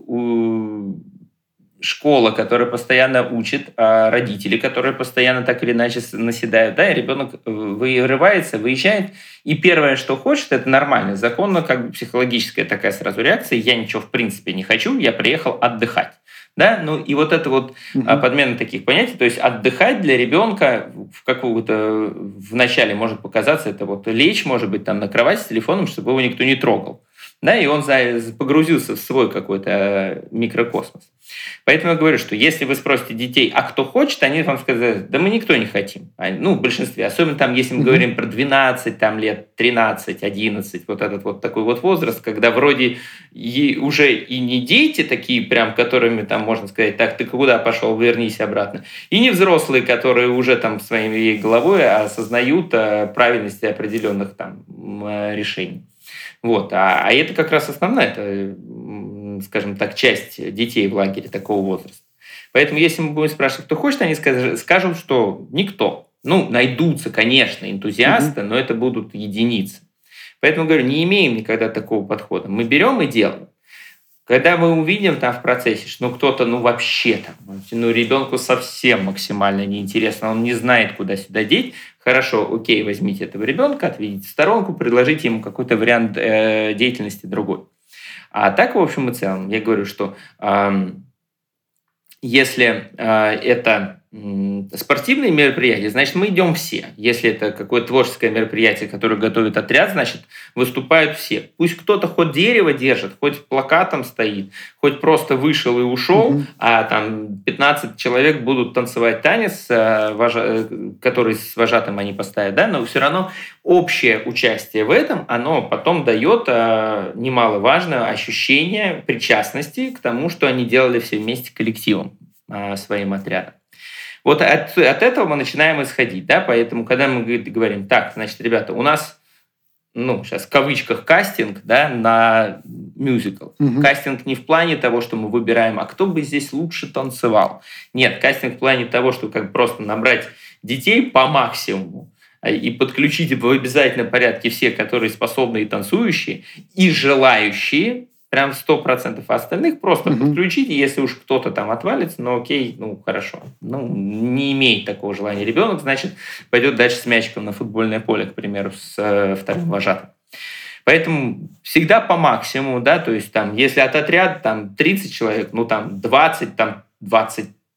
школа, которая постоянно учит, родители, которые постоянно так или иначе наседают, да, и ребенок вырывается, выезжает, и первое, что хочет, это нормально, законно, как бы психологическая такая сразу реакция, я ничего в принципе не хочу, я приехал отдыхать. Да? Ну и вот это вот подмена таких понятий, то есть отдыхать для ребенка в какого-то в начале может показаться, это вот лечь, может быть, там на кровать с телефоном, чтобы его никто не трогал. Да, и он погрузился в свой какой-то микрокосмос. Поэтому я говорю, что если вы спросите детей, а кто хочет, они вам скажут, да мы никто не хотим. Ну, в большинстве. Особенно там, если мы говорим про 12 там, лет, 13, 11, вот этот вот такой вот возраст, когда вроде уже и не дети такие прям, которыми там можно сказать, так, ты куда пошел, вернись обратно. И не взрослые, которые уже там своей головой осознают правильность определенных там решений. Вот. А это как раз основная, это, скажем так, часть детей в лагере такого возраста. Поэтому если мы будем спрашивать, кто хочет, они скажут, что никто. Ну, найдутся, конечно, энтузиасты, но это будут единицы. Поэтому, говорю, не имеем никогда такого подхода. Мы берем и делаем. Когда мы увидим там в процессе, что кто-то, вообще там, ребенку совсем максимально неинтересно, он не знает, куда сюда деть, хорошо, окей, возьмите этого ребенка, отведите в сторонку, предложите ему какой-то вариант деятельности другой. А так, в общем и целом, я говорю, что если это спортивные мероприятия, значит, мы идем все. Если это какое-то творческое мероприятие, которое готовит отряд, значит, выступают все. Пусть кто-то хоть дерево держит, хоть плакатом стоит, хоть просто вышел и ушел, а там 15 человек будут танцевать танец, который с вожатым они поставят, да, но все равно общее участие в этом, оно потом дает немаловажное ощущение причастности к тому, что они делали все вместе коллективом, своим отрядом. Вот от этого мы начинаем исходить, да, поэтому, когда мы говорим, так, значит, ребята, у нас, сейчас в кавычках кастинг, да, на мюзикл. Кастинг не в плане того, что мы выбираем, а кто бы здесь лучше танцевал. Нет, кастинг в плане того, что как просто набрать детей по максимуму и подключить в обязательном порядке все, которые способны и танцующие, и желающие, прям 100%, а остальных просто подключите, если уж кто-то там отвалится, окей, хорошо. Не имеет такого желания ребенок, значит, пойдет дальше с мячиком на футбольное поле, к примеру, с вторым вожатым. Поэтому всегда по максимуму, да, то есть там, если от отряда там 30 человек, 20, там 20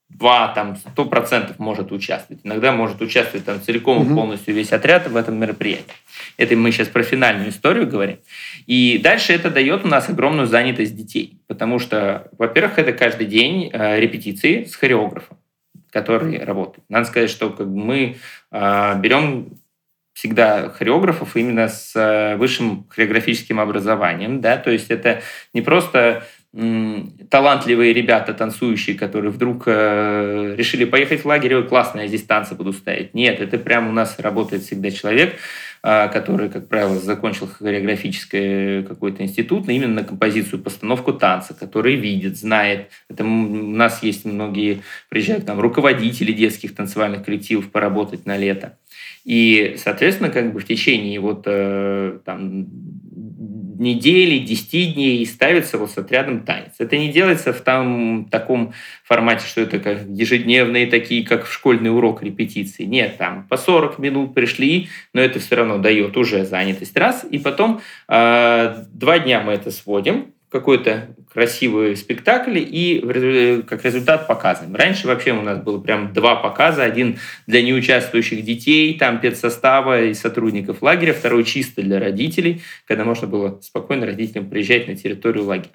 там, 100% может участвовать. Иногда может участвовать там целиком и полностью весь отряд в этом мероприятии. Это мы сейчас про финальную историю говорим. И дальше это дает у нас огромную занятость детей. Потому что, во-первых, это каждый день репетиции с хореографом, который работает. Надо сказать, что мы берем всегда хореографов именно с высшим хореографическим образованием. Да? То есть это не просто талантливые ребята, танцующие, которые вдруг решили поехать в лагерь, ой, классно, я здесь танцы буду ставить. Нет, это прямо у нас работает всегда человек, который, как правило, закончил хореографический какой-то институт, именно на композицию, постановку танца, который видит, знает. Это у нас есть многие, приезжают там руководители детских танцевальных коллективов поработать на лето. И, соответственно, в течение там, недели, 10 дней ставится с отрядом танец. Это не делается в таком формате, что это как ежедневные такие, как в школьный урок репетиции. Нет, там по 40 минут пришли, но это все равно дает уже занятость раз. И потом 2 дня мы это сводим, какой-то красивый спектакль, и как результат показываем. Раньше вообще у нас было прям 2 показа. Один для неучаствующих детей, там педсостава и сотрудников лагеря, второй чисто для родителей, когда можно было спокойно родителям приезжать на территорию лагеря.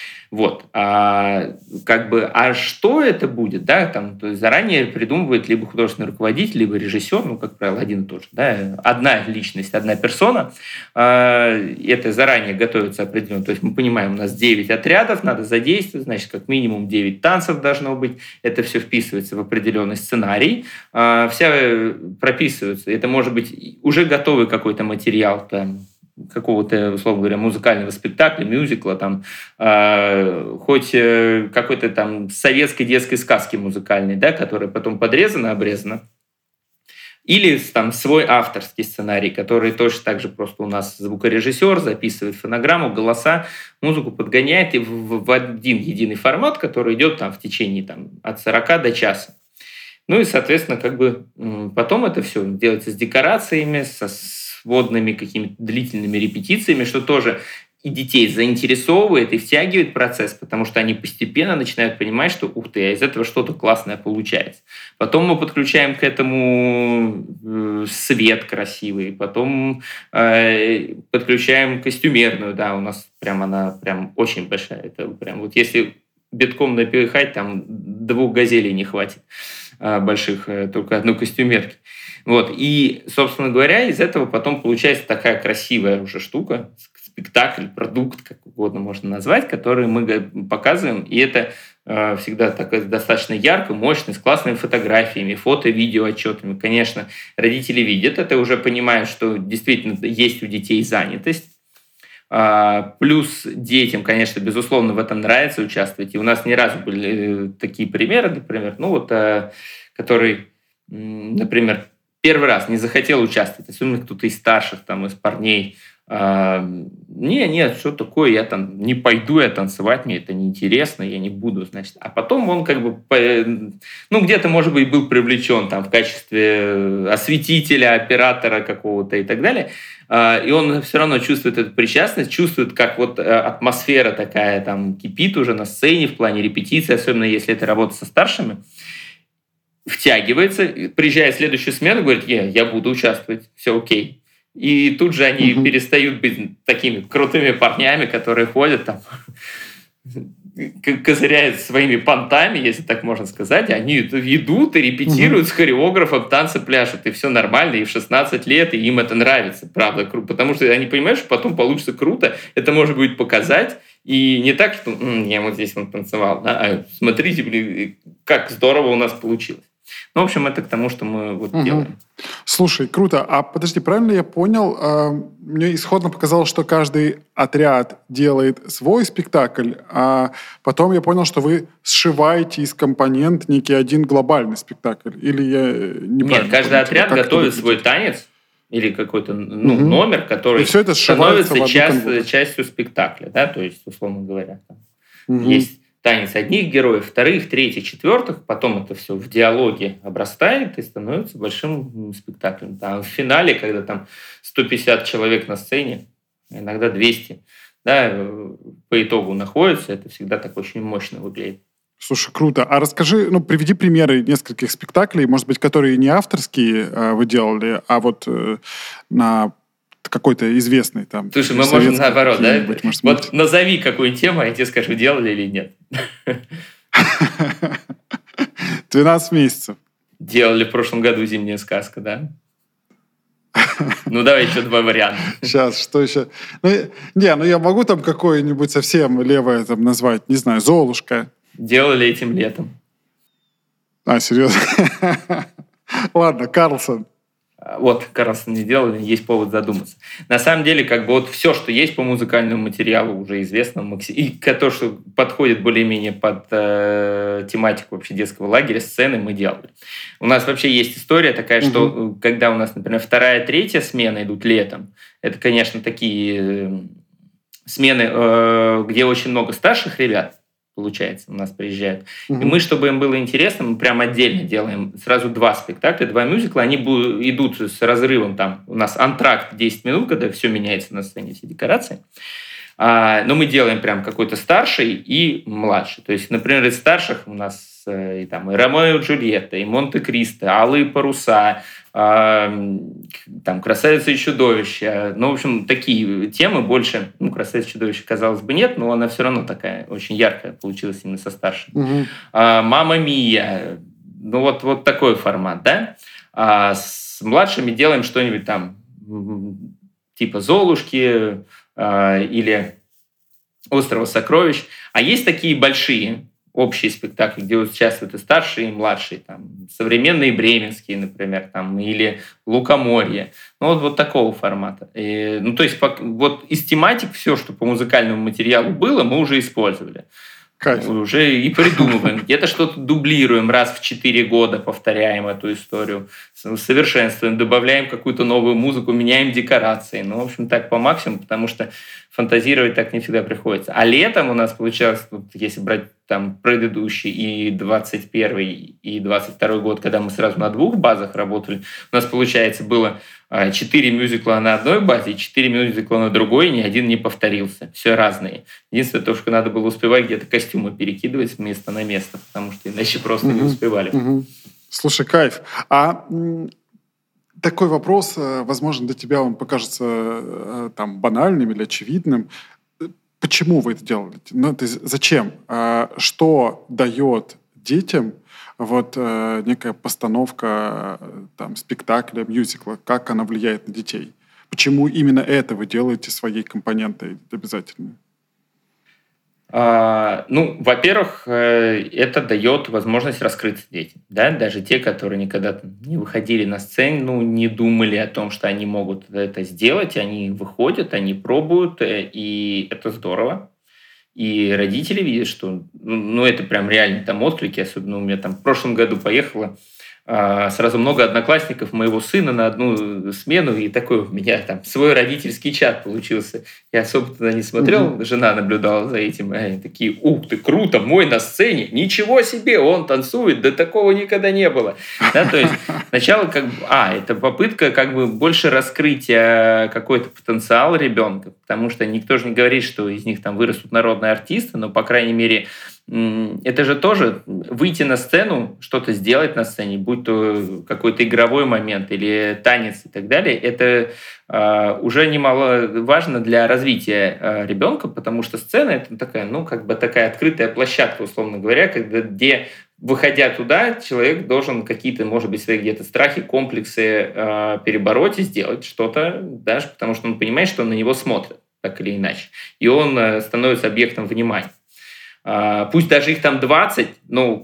А что это будет, да, там, то есть заранее придумывает либо художественный руководитель, либо режиссер, как правило, один и тот же, да, одна личность, одна персона, это заранее готовится определенно, то есть мы понимаем, у нас 9 отрядов, надо задействовать, значит, как минимум 9 танцев должно быть, это все вписывается в определенный сценарий, вся прописывается, это может быть уже готовый какой-то материал, там, какого-то, условно говоря, музыкального спектакля, мюзикла, там, хоть какой-то там советской детской сказки музыкальной, да, которая потом подрезана, обрезана, или там свой авторский сценарий, который точно так же просто у нас звукорежиссер записывает фонограмму, голоса, музыку подгоняет и в один единый формат, который идет там в течение от 40 до часа. Ну и, соответственно, потом это все делается с декорациями, со сводными какими-то длительными репетициями, что тоже и детей заинтересовывает и втягивает в процесс, потому что они постепенно начинают понимать, что ух ты, а из этого что-то классное получается. Потом мы подключаем к этому свет красивый, потом подключаем костюмерную, да, у нас она прям очень большая. Это прям если битком напихать, там 2 газелей не хватит больших, только одной костюмерки. И, собственно говоря, из этого потом получается такая красивая уже штука, спектакль, продукт, как угодно можно назвать, который мы показываем, и это всегда такой достаточно ярко, мощный, с классными фотографиями, фото, видео, отчетами. Конечно, родители видят это, уже понимают, что действительно есть у детей занятость. Плюс детям, конечно, безусловно, в этом нравится участвовать. И у нас ни разу были такие примеры, например, который, например, первый раз не захотел участвовать, особенно кто-то из старших, из парней. Нет, что такое, я не пойду я танцевать, мне это неинтересно, я не буду, значит. А потом он где-то, может быть, был привлечен в качестве осветителя, оператора какого-то и так далее. И он все равно чувствует эту причастность, чувствует, как атмосфера такая кипит уже на сцене в плане репетиции, особенно если это работа со старшими. Втягивается, приезжает в следующую смену, говорит, я буду участвовать, все окей. И тут же они перестают быть такими крутыми парнями, которые ходят козыряют своими понтами, если так можно сказать. Они идут и репетируют с хореографом, танцы пляшут, и все нормально, и в 16 лет, и им это нравится, правда, потому что они понимают, что потом получится круто, это можно будет показать, и не так, что я здесь танцевал, да, а смотрите, блин, как здорово у нас получилось. В общем, это к тому, что мы делаем. Слушай, круто. А подожди, правильно я понял? Мне исходно показалось, что каждый отряд делает свой спектакль, а потом я понял, что вы сшиваете из компонент некий один глобальный спектакль. Или я неправильно понял? Нет, каждый отряд готовит свой танец или какой-то номер, который это становится частью спектакля. Да? То есть, условно говоря, есть танец одних героев, вторых, третьих, четвертых, потом это все в диалоге обрастает и становится большим спектаклем. В финале, когда 150 человек на сцене, иногда 200, да, по итогу находятся, это всегда так очень мощно выглядит. Слушай, круто. А расскажи, приведи примеры нескольких спектаклей, может быть, которые не авторские вы делали, а вот на какой-то известный там. Слушай, мы можем наоборот, да? Может, вот назови какую тему, я тебе скажу, делали или нет. 12 месяцев. Делали в прошлом году «Зимняя сказка», да? Ну, давай еще два варианта. Сейчас, что еще? Я могу там какое-нибудь совсем левое там назвать, не знаю, «Золушка». Делали этим летом. А, серьезно? Ладно, «Карлсон». Вот, Карлсон не делали, есть повод задуматься. На самом деле, все, что есть по музыкальному материалу, уже известно, и то, что подходит более-менее под тематику вообще детского лагеря, сцены мы делали. У нас вообще есть история такая, что когда у нас, например, 2-я, 3-я смена идут летом, это, конечно, такие смены, где очень много старших ребят, получается, у нас приезжают. И мы, чтобы им было интересно, мы прям отдельно делаем сразу 2 спектакля, 2 мюзикла. Они идут с разрывом. Там у нас антракт 10 минут, когда все меняется на сцене, все декорации. Но мы делаем прям какой-то старший и младший. То есть, например, из старших у нас и «Ромео и Джульетта», и «Монте-Кристо», «Алые паруса», там «Красавица и чудовище». В общем, такие темы больше. «Красавица и чудовище», казалось бы, нет, но она все равно такая очень яркая получилась именно со старшим. «Мамма Мия». Вот такой формат, да? А с младшими делаем что-нибудь там типа «Золушки» или «Острова сокровищ». А есть такие большие общие спектакли, где участвуют и старшие, и младшие, там, современные бременские, например, там, или «Лукоморье». Вот такого формата. То есть вот из тематик все, что по музыкальному материалу было, мы уже использовали. Кайф. Уже и придумываем. Где-то что-то дублируем, раз в 4 года повторяем эту историю, совершенствуем, добавляем какую-то новую музыку, меняем декорации. В общем, так по максимуму, потому что фантазировать так не всегда приходится. А летом у нас получалось, если брать там предыдущий и 21 и 22 год, когда мы сразу на 2 базах работали, у нас, получается, было 4 мюзикла на одной базе, 4 мюзикла на другой, ни один не повторился. Все разные. Единственное, то, что надо было успевать где-то костюмы перекидывать с места на место, потому что иначе просто не успевали. Слушай, кайф. А такой вопрос, возможно, для тебя он покажется там банальным или очевидным. Почему вы это делаете? Зачем? Что дает детям некая постановка спектакля, мюзикла? Как она влияет на детей? Почему именно это вы делаете своей компонентой обязательно? Во-первых, это дает возможность раскрыться детям. Да? Даже те, которые никогда не выходили на сцену, не думали о том, что они могут это сделать, они выходят, они пробуют, и это здорово. И родители видят, что это прям реально там отклики. Особенно у меня там в прошлом году поехало сразу много одноклассников моего сына на одну смену, и такой у меня там свой родительский чат получился. Я особо туда не смотрел, жена наблюдала за этим, и они такие: ух ты, круто, мой на сцене, ничего себе, он танцует, да такого никогда не было. Да, то есть сначала это попытка больше раскрытия какой-то потенциал ребенка, потому что никто же не говорит, что из них там вырастут народные артисты, но, по крайней мере, это же тоже выйти на сцену, что-то сделать на сцене, будь то какой-то игровой момент или танец и так далее, это уже немаловажно для развития ребенка, потому что сцена — это такая, такая открытая площадка, условно говоря, где, выходя туда, человек должен какие-то, может быть, свои где-то страхи, комплексы перебороть и сделать что-то, даже потому что он понимает, что на него смотрят, так или иначе, и он становится объектом внимания. Пусть даже их там 20, но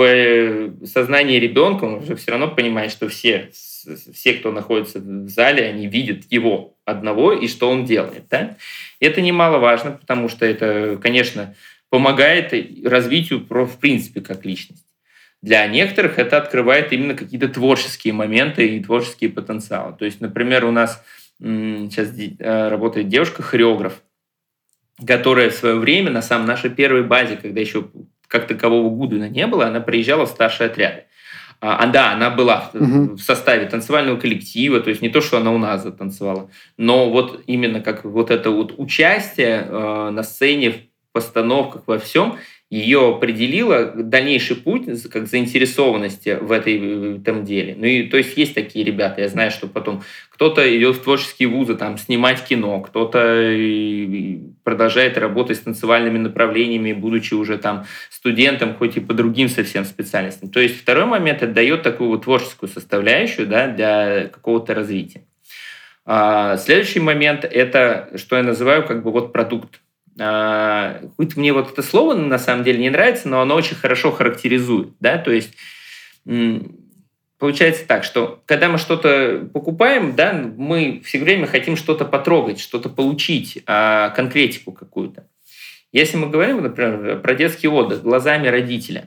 в сознании ребенка он уже все равно понимает, что все, кто находится в зале, они видят его одного и что он делает. Да? Это немаловажно, потому что это, конечно, помогает развитию в принципе как личности. Для некоторых это открывает именно какие-то творческие моменты и творческие потенциалы. То есть, например, у нас сейчас работает девушка-хореограф, которая в свое время на самой нашей первой базе, когда еще как такового Гудвина не было, она приезжала в старшие отряды. Она была в составе танцевального коллектива, то есть не то, что она у нас затанцевала, но вот именно как вот это вот участие на сцене, в постановках, во всем, ее определило дальнейший путь, как заинтересованность в этом деле. Ну и то есть есть такие ребята, я знаю, что потом кто-то идет в творческие вузы, там, снимать кино, кто-то продолжает работать с танцевальными направлениями, будучи уже там студентом, хоть и по другим совсем специальностям. То есть второй момент, это дает такую вот творческую составляющую, да, для какого-то развития. Следующий момент – это, что я называю как бы вот продукт. Хоть мне вот это слово на самом деле не нравится, но оно очень хорошо характеризует. Да? То есть получается так, что когда мы что-то покупаем, да, мы все время хотим что-то потрогать, что-то получить, конкретику какую-то. Если мы говорим, например, про детский отдых глазами родителя,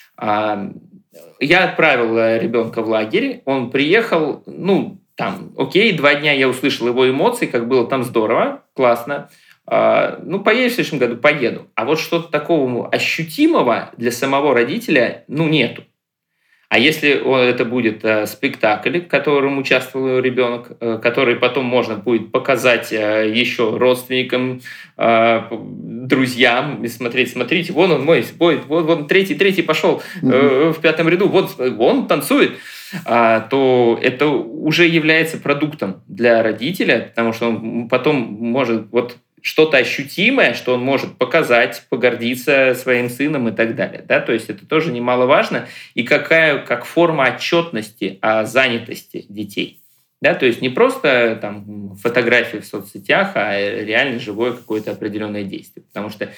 я отправил ребенка в лагерь, он приехал, там, окей, 2 дня я услышал его эмоции, как было там здорово, классно. Поедешь в следующем году? Поеду. А вот что-то такого ощутимого для самого родителя, нету. А если это будет спектакль, в котором участвовал ребенок, который потом можно будет показать еще родственникам, друзьям, и смотрите, вон он мой, вон третий пошел в 5-м ряду, вон танцует, то это уже является продуктом для родителя, потому что он потом может что-то ощутимое, что он может показать, погордиться своим сыном и так далее. Да? То есть это тоже немаловажно. И как форма отчетности о занятости детей. Да? То есть не просто там, фотографии в соцсетях, а реально живое какое-то определенное действие. Потому что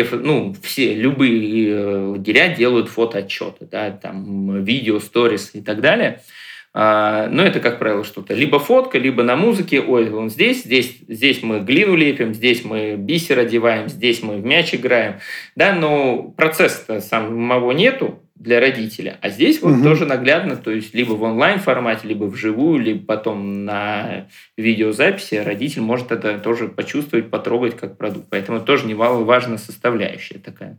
любые лагеря делают фотоотчеты, да? Там, видео, сторис и так далее. Но это, как правило, что-то либо фотка, либо на музыке. Ой, он здесь мы глину лепим, здесь мы бисер одеваем, здесь мы в мяч играем. Да, но процесса самого нету для родителя. А здесь тоже наглядно, то есть либо в онлайн-формате, либо вживую, либо потом на видеозаписи родитель может это тоже почувствовать, потрогать как продукт. Поэтому тоже немаловажная составляющая такая.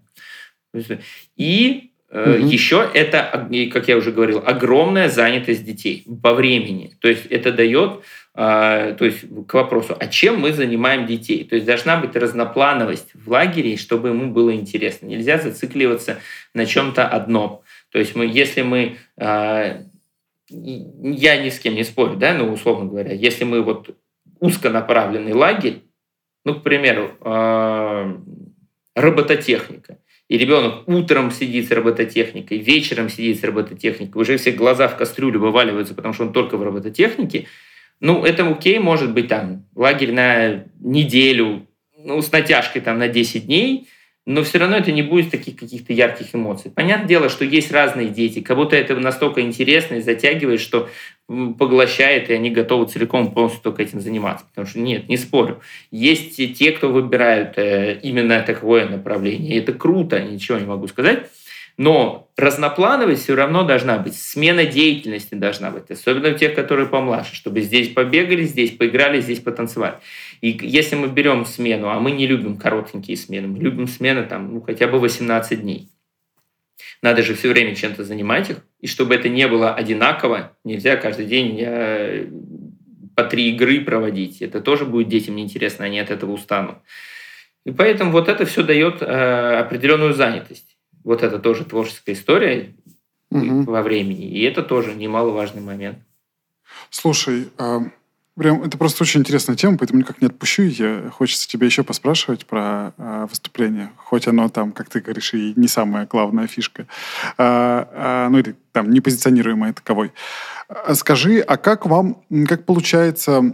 И еще это, как я уже говорил, огромная занятость детей по времени. То есть это дает, к вопросу, а чем мы занимаем детей? То есть должна быть разноплановость в лагере, чтобы ему было интересно. Нельзя зацикливаться на чем-то одном. То есть я ни с кем не спорю, да, условно говоря, если мы узконаправленный лагерь, к примеру, робототехника, и ребенок утром сидит с робототехникой, вечером сидит с робототехникой, уже все глаза в кастрюлю вываливаются, потому что он только в робототехнике, это окей, может быть, там, лагерь на неделю, с натяжкой там на 10 дней, но все равно это не будет таких каких-то ярких эмоций. Понятное дело, что есть разные дети, кому-то это настолько интересно и затягивает, что поглощает, и они готовы целиком полностью только этим заниматься. Потому что нет, не спорю. Есть те, кто выбирают именно такое направление. И это круто, ничего не могу сказать. Но разноплановость все равно должна быть, смена деятельности должна быть, особенно у тех, которые помладше, чтобы здесь побегали, здесь поиграли, здесь потанцевали. И если мы берем смену, а мы не любим коротенькие смены, мы любим смены там, хотя бы 18 дней. Надо же все время чем-то занимать их, и чтобы это не было одинаково, нельзя каждый день по 3 игры проводить. Это тоже будет детям неинтересно, они от этого устанут. И поэтому это все дает определенную занятость. Это тоже творческая история во времени. И это тоже немаловажный момент. Слушай, прям это просто очень интересная тема, поэтому никак не отпущу ее. Хочется тебя еще поспрашивать про выступление. Хоть оно там, как ты говоришь, и не самая главная фишка. Или там непозиционируемая таковой. Скажи, а как получается...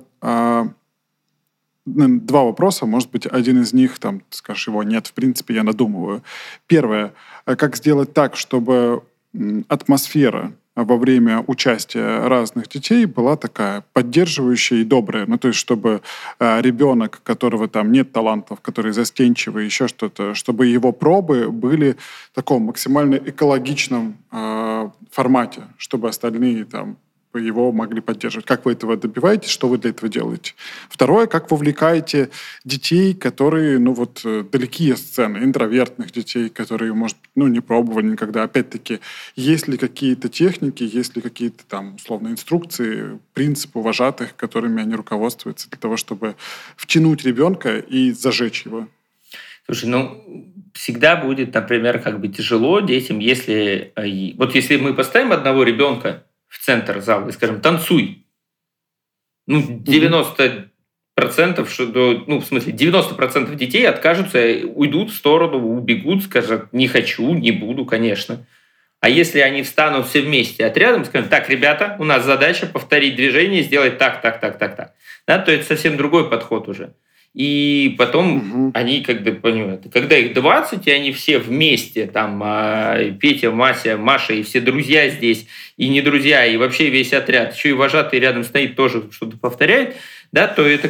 2 вопроса, может быть, один из них, там, скажешь, его нет, в принципе, я надумываю. Первое, как сделать так, чтобы атмосфера во время участия разных детей была такая поддерживающая и добрая. То есть, чтобы ребенок, у которого там нет талантов, который застенчивый, еще что-то, чтобы его пробы были в таком максимально экологичном формате, чтобы остальные там его могли поддерживать. Как вы этого добиваетесь? Что вы для этого делаете? Второе, как вовлекаете детей, которые, далеки от сцены, интровертных детей, которые, может, не пробовали никогда. Опять-таки, есть ли какие-то техники, есть ли какие-то там, условно, инструкции, принципы вожатых, которыми они руководствуются для того, чтобы втянуть ребенка и зажечь его? Слушай, всегда будет, например, тяжело детям, если... Вот если мы поставим одного ребенка в центр зала и скажем «танцуй», 90%, в смысле, 90% детей откажутся, уйдут в сторону, убегут, скажут «не хочу, не буду, конечно». А если они встанут все вместе отрядом, скажут: так, ребята, у нас задача повторить движение, сделать так, так, так, так, так. Да, то это совсем другой подход уже. И потом они понимают, когда их 20, и они все вместе, там Петя, Мася, Маша и все друзья здесь, и не друзья, и вообще весь отряд, еще и вожатый рядом стоит, тоже что-то повторяет, да, то это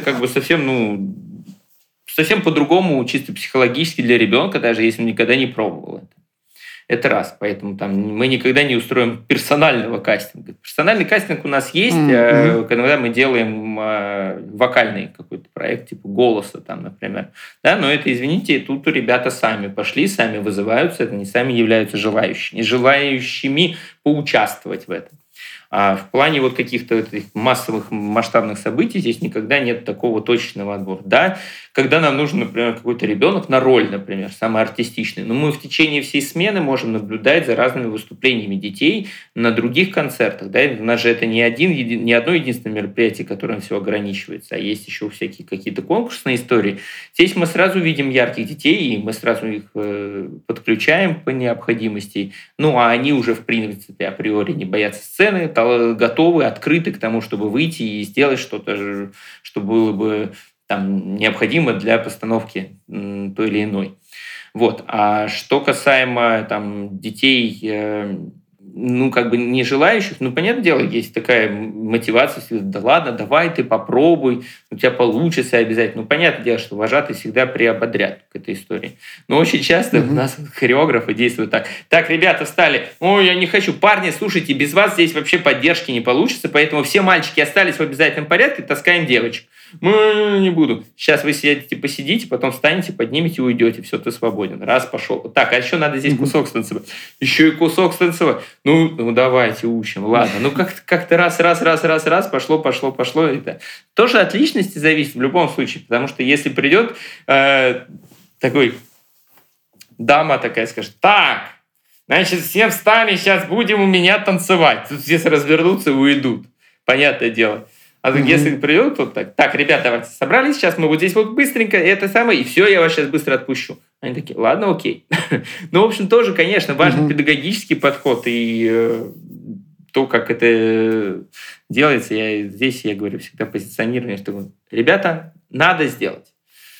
совсем по-другому, чисто психологически для ребенка, даже если он никогда не пробовал это. Это раз. Поэтому мы никогда не устроим персонального кастинга. Персональный кастинг у нас есть, когда мы делаем вокальный какой-то проект, типа «Голоса», например. Да, но это, извините, тут ребята сами пошли, сами вызываются, это не сами являются желающими поучаствовать в этом. А в плане каких-то этих массовых масштабных событий здесь никогда нет такого точечного отбора. Да, когда нам нужен, например, какой-то ребенок на роль, например, самый артистичный, но мы в течение всей смены можем наблюдать за разными выступлениями детей на других концертах. Да? У нас же это не одно единственное мероприятие, которым все ограничивается, а есть еще всякие какие-то конкурсные истории. Здесь мы сразу видим ярких детей, и мы сразу их подключаем по необходимости. А они уже, в принципе, априори не боятся сцены, готовы, открыты к тому, чтобы выйти и сделать что-то, что было бы необходимо для постановки той или иной. Вот. А что касаемо детей, не желающих, понятное дело, есть такая мотивация, да ладно, давай ты попробуй, у тебя получится обязательно. Понятное дело, что вожатые всегда приободрят к этой истории. Но очень часто у нас хореографы действуют так. Так, ребята встали, ой, я не хочу. Парни, слушайте, без вас здесь вообще поддержки не получится, поэтому все мальчики остались в обязательном порядке, таскаем девочек. Не буду. Сейчас вы посидите, потом встанете, поднимете и уйдете. Все, ты свободен. Раз, пошел. Так, а еще надо здесь кусок станцевать. Еще и кусок станцевать. Давайте учим. Ладно. Как-то раз, пошло. Это тоже от личности зависит в любом случае. Потому что если придет такой дама такая, скажет: так, значит, все встали, сейчас будем у меня танцевать. Тут все развернутся и уйдут. Понятное дело. А если придет кто-то так, ребята, давайте собрались, сейчас мы здесь быстренько, это самое, и все, я вас сейчас быстро отпущу. Они такие: ладно, окей. В общем, тоже, конечно, важен педагогический подход и то, как это делается. Я говорю, всегда позиционирую, что ребята, надо сделать.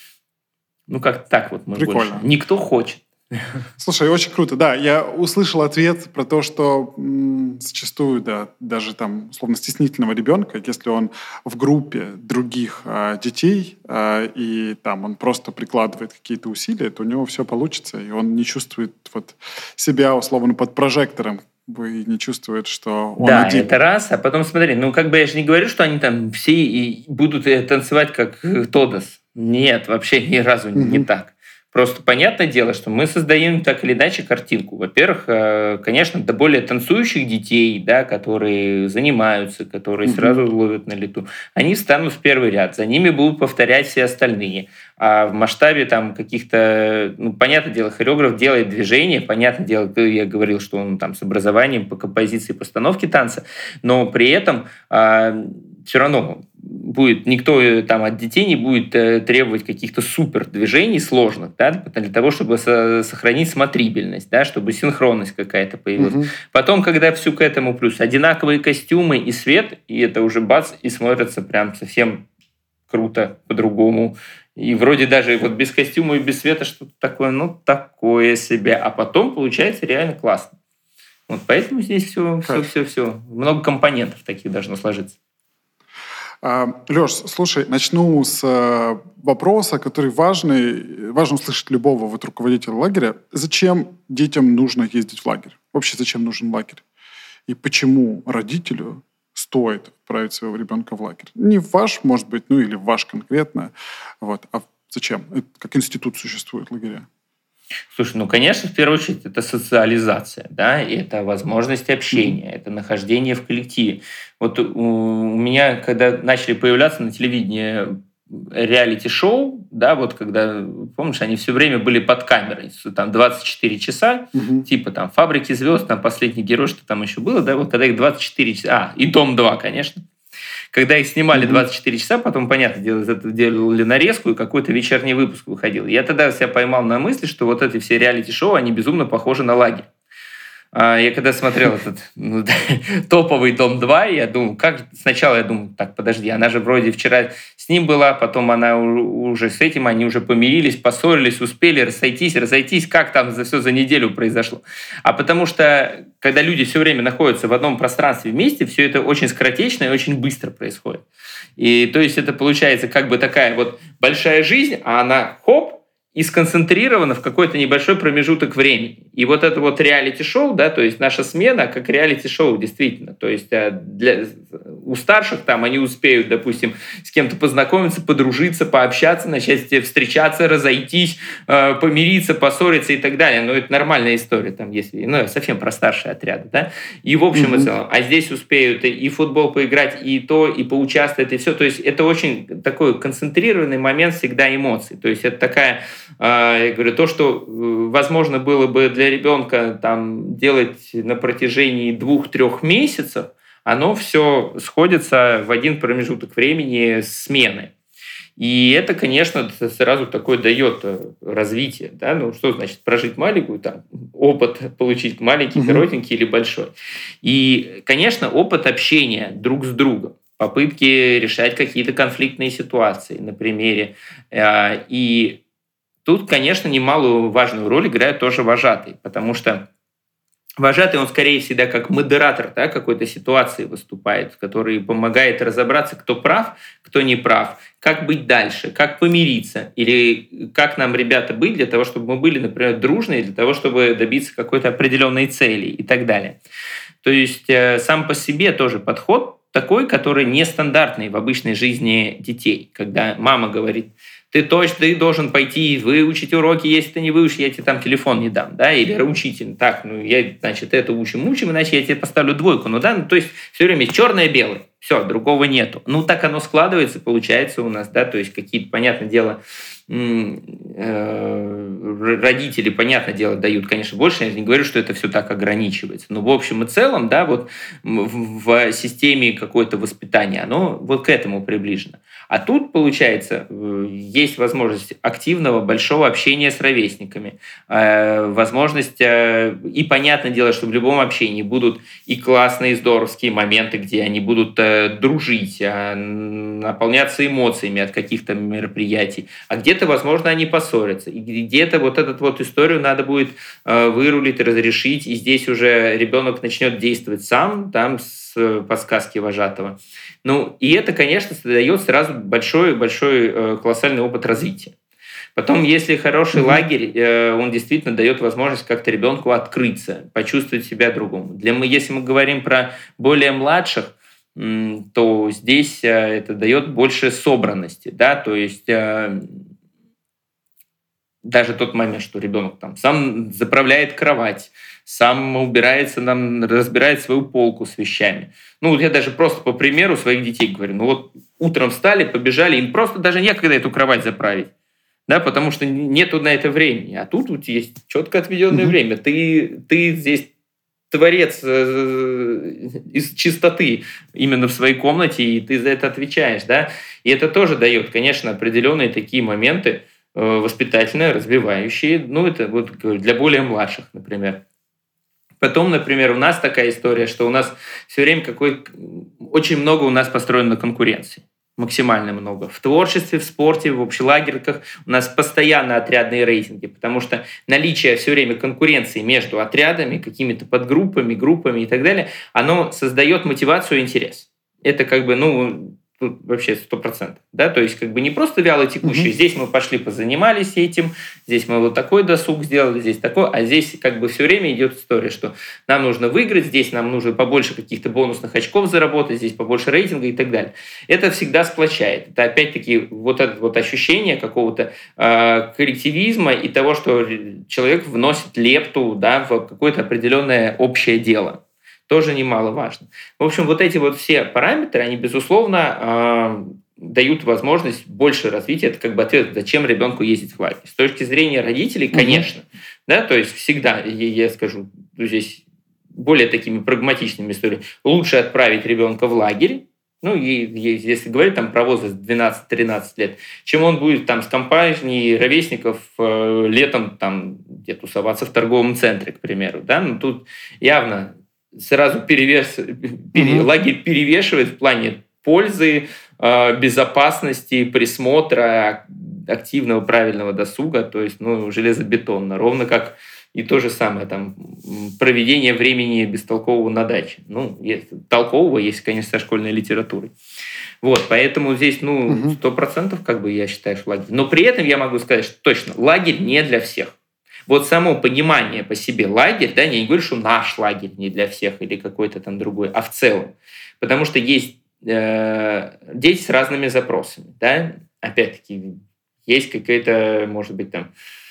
Как так мы Прикольно. Больше. Никто хочет. Слушай, очень круто. Да, я услышал ответ про то, что зачастую, да, даже условно стеснительного ребенка, если он в группе других детей, и он просто прикладывает какие-то усилия, то у него все получится, и он не чувствует себя условно под прожектором, и не чувствует, что он один. Да, это раз. А потом смотри, я же не говорю, что они все и будут танцевать как Тодос. Нет, вообще ни разу не так. Просто понятное дело, что мы создаем так или иначе картинку. Во-первых, конечно, до более танцующих детей, да, которые занимаются, которые сразу ловят на лету, они встанут в первый ряд, за ними будут повторять все остальные. А в масштабе каких-то, понятное дело, хореограф делает движение, понятное дело, я говорил, что он с образованием по композиции, постановке танца, но при этом все равно никто от детей не будет требовать каких-то супер движений сложных, да, для того, чтобы сохранить смотрибельность, да, чтобы синхронность какая-то появилась. Потом, когда все к этому плюс одинаковые костюмы и свет, и это уже бац, и смотрится прям совсем круто по-другому. И вроде даже без костюма и без света что-то такое, такое себе. А потом получается реально классно. Поэтому здесь все. Много компонентов таких должно сложиться. Лёш, слушай, начну с вопроса, который важно услышать любого руководителя лагеря. Зачем детям нужно ездить в лагерь? Вообще, зачем нужен лагерь? И почему родителю стоит отправить своего ребенка в лагерь? Не в ваш, может быть, или в ваш конкретно. А зачем? Как институт существует лагеря? Слушай, конечно, в первую очередь это социализация, да, и это возможность общения, это нахождение в коллективе. У меня, когда начали появляться на телевидении реалити-шоу, да, вот когда, помнишь, они все время были под камерой, там 24 часа, типа там «Фабрики звезд», там «Последний герой», что там еще было, да, вот когда их 24 часа, и «Дом-2», конечно. Когда их снимали 24 часа, потом, понятно, делали нарезку, и какой-то вечерний выпуск выходил. Я тогда себя поймал на мысли, что вот эти все реалити-шоу, они безумно похожи на лагерь. Я когда смотрел этот топовый «Дом-2», я думал, сначала я думал, так, подожди, она же вроде вчера с ним была, потом она уже с этим, они уже помирились, поссорились, успели разойтись, как там все за неделю произошло. А потому что, когда люди все время находятся в одном пространстве вместе, все это очень скоротечно и очень быстро происходит. И то есть это получается как бы такая вот большая жизнь, а она хоп, и сконцентрировано в какой-то небольшой промежуток времени. И вот это вот реалити-шоу, да, то есть наша смена как реалити-шоу, действительно. То есть у старших там они успеют, допустим, с кем-то познакомиться, подружиться, пообщаться, начать встречаться, разойтись, помириться, поссориться и так далее. Но это нормальная история, там, если, совсем про старшие отряды, да. И в общем и целом. А здесь успеют и в футбол поиграть, и то, и поучаствовать, и все. То есть это очень такой концентрированный момент всегда эмоций. То есть это такая... Я говорю, то, что возможно было бы для ребенка там, делать на протяжении 2-3 месяцев, оно все сходится в один промежуток времени смены. И это, конечно, сразу такое дает развитие. Да? Ну, что значит прожить маленькую, там, опыт получить маленький, коротенький или большой. И, конечно, опыт общения друг с другом, попытки решать какие-то конфликтные ситуации на примере. И тут, конечно, немалую важную роль играет тоже вожатый, потому что вожатый, он скорее всегда как модератор, да, какой-то ситуации выступает, который помогает разобраться, кто прав, кто не прав, как быть дальше, как помириться, или как нам, ребята, быть для того, чтобы мы были, например, дружные, для того, чтобы добиться какой-то определенной цели и так далее. То есть сам по себе тоже подход такой, который нестандартный в обычной жизни детей, когда мама говорит: ты должен пойти выучить уроки, если ты не выучишь, я тебе там телефон не дам, да, или учитель, так, значит, это учим, иначе я тебе поставлю 2, то есть все время черное-белое, все, другого нету. Так оно складывается, получается у нас, да, то есть какие-то, понятное дело, родители, понятное дело, дают, конечно, больше, я не говорю, что это все так ограничивается, но в общем и целом, да, вот в системе какое-то воспитания, оно вот к этому приближено. А тут, получается, есть возможность активного, большого общения с ровесниками, возможность, и понятное дело, что в любом общении будут и классные, здоровские моменты, где они будут дружить, наполняться эмоциями от каких-то мероприятий, а где-то, возможно, они поссорятся, и где-то вот эту вот историю надо будет вырулить, разрешить, и здесь уже ребенок начнет действовать сам, там, с подсказки вожатого. И это, конечно, дает сразу большой колоссальный опыт развития. Потом, если хороший лагерь, он действительно дает возможность как-то ребенку открыться, почувствовать себя другому. Если мы говорим про более младших, то здесь это дает больше собранности, да, то есть даже тот момент, что ребенок там сам заправляет кровать, сам убирается, разбирает свою полку с вещами. Я даже просто по примеру своих детей говорю, утром встали, побежали, им просто даже некогда эту кровать заправить, да, потому что нету на это времени. А тут вот есть четко отведенное время. Ты здесь творец из чистоты именно в своей комнате, и ты за это отвечаешь, да. И это тоже дает, конечно, определенные такие моменты воспитательные, развивающие. Это вот для более младших, например. Потом, например, у нас такая история, что у нас все время очень много у нас построено на конкуренции. Максимально много. В творчестве, в спорте, в общелагерках у нас постоянно отрядные рейтинги, потому что наличие все время конкуренции между отрядами, какими-то подгруппами, группами и так далее, оно создает мотивацию и интерес. Это тут вообще 100%. Да? То есть не просто вяло текущее. Здесь мы пошли позанимались этим, здесь мы вот такой досуг сделали, здесь такой, а здесь все время идет история, что нам нужно выиграть, здесь нам нужно побольше каких-то бонусных очков заработать, здесь побольше рейтинга и так далее. Это всегда сплочает. Это опять-таки вот это вот ощущение какого-то коллективизма и того, что человек вносит лепту, да, в какое-то определенное общее дело. Тоже немаловажно. В общем, вот эти вот все параметры, они, безусловно, дают возможность больше развития. Это как бы ответ, зачем ребенку ездить в лагерь. С точки зрения родителей, конечно. Да, то есть всегда, я скажу здесь более такими прагматичными историями, лучше отправить ребенка в лагерь, ну, если говорить там про возраст 12-13 лет, чем он будет там с компанией ровесников летом там где тусоваться в торговом центре, к примеру. Да? Ну, тут явно сразу лагерь перевешивает в плане пользы, безопасности, присмотра, активного, правильного досуга, то есть, ну, железобетонно. Ровно как и то же самое, там, проведение времени бестолкового на даче. Ну, толкового есть, конечно, со школьной литературой. Вот, поэтому здесь, 100% как бы я считаю, что лагерь. Но при этом я могу сказать, что точно, лагерь не для всех. Вот само понимание по себе лагерь, да, я не говорю, что наш лагерь не для всех или какой-то там другой, а в целом. Потому что есть дети с разными запросами, да, опять-таки, есть какая-то, может быть, там,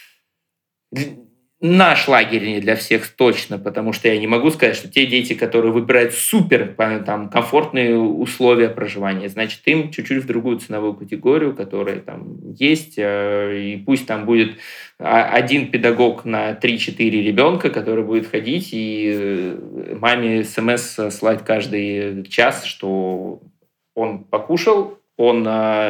наш лагерь не для всех точно, потому что я не могу сказать, что те дети, которые выбирают супер там, комфортные условия проживания, значит, им чуть-чуть в другую ценовую категорию, которая там есть, и пусть там будет один педагог на 3-4 ребенка, который будет ходить и маме смс слать каждый час, что он покушал, он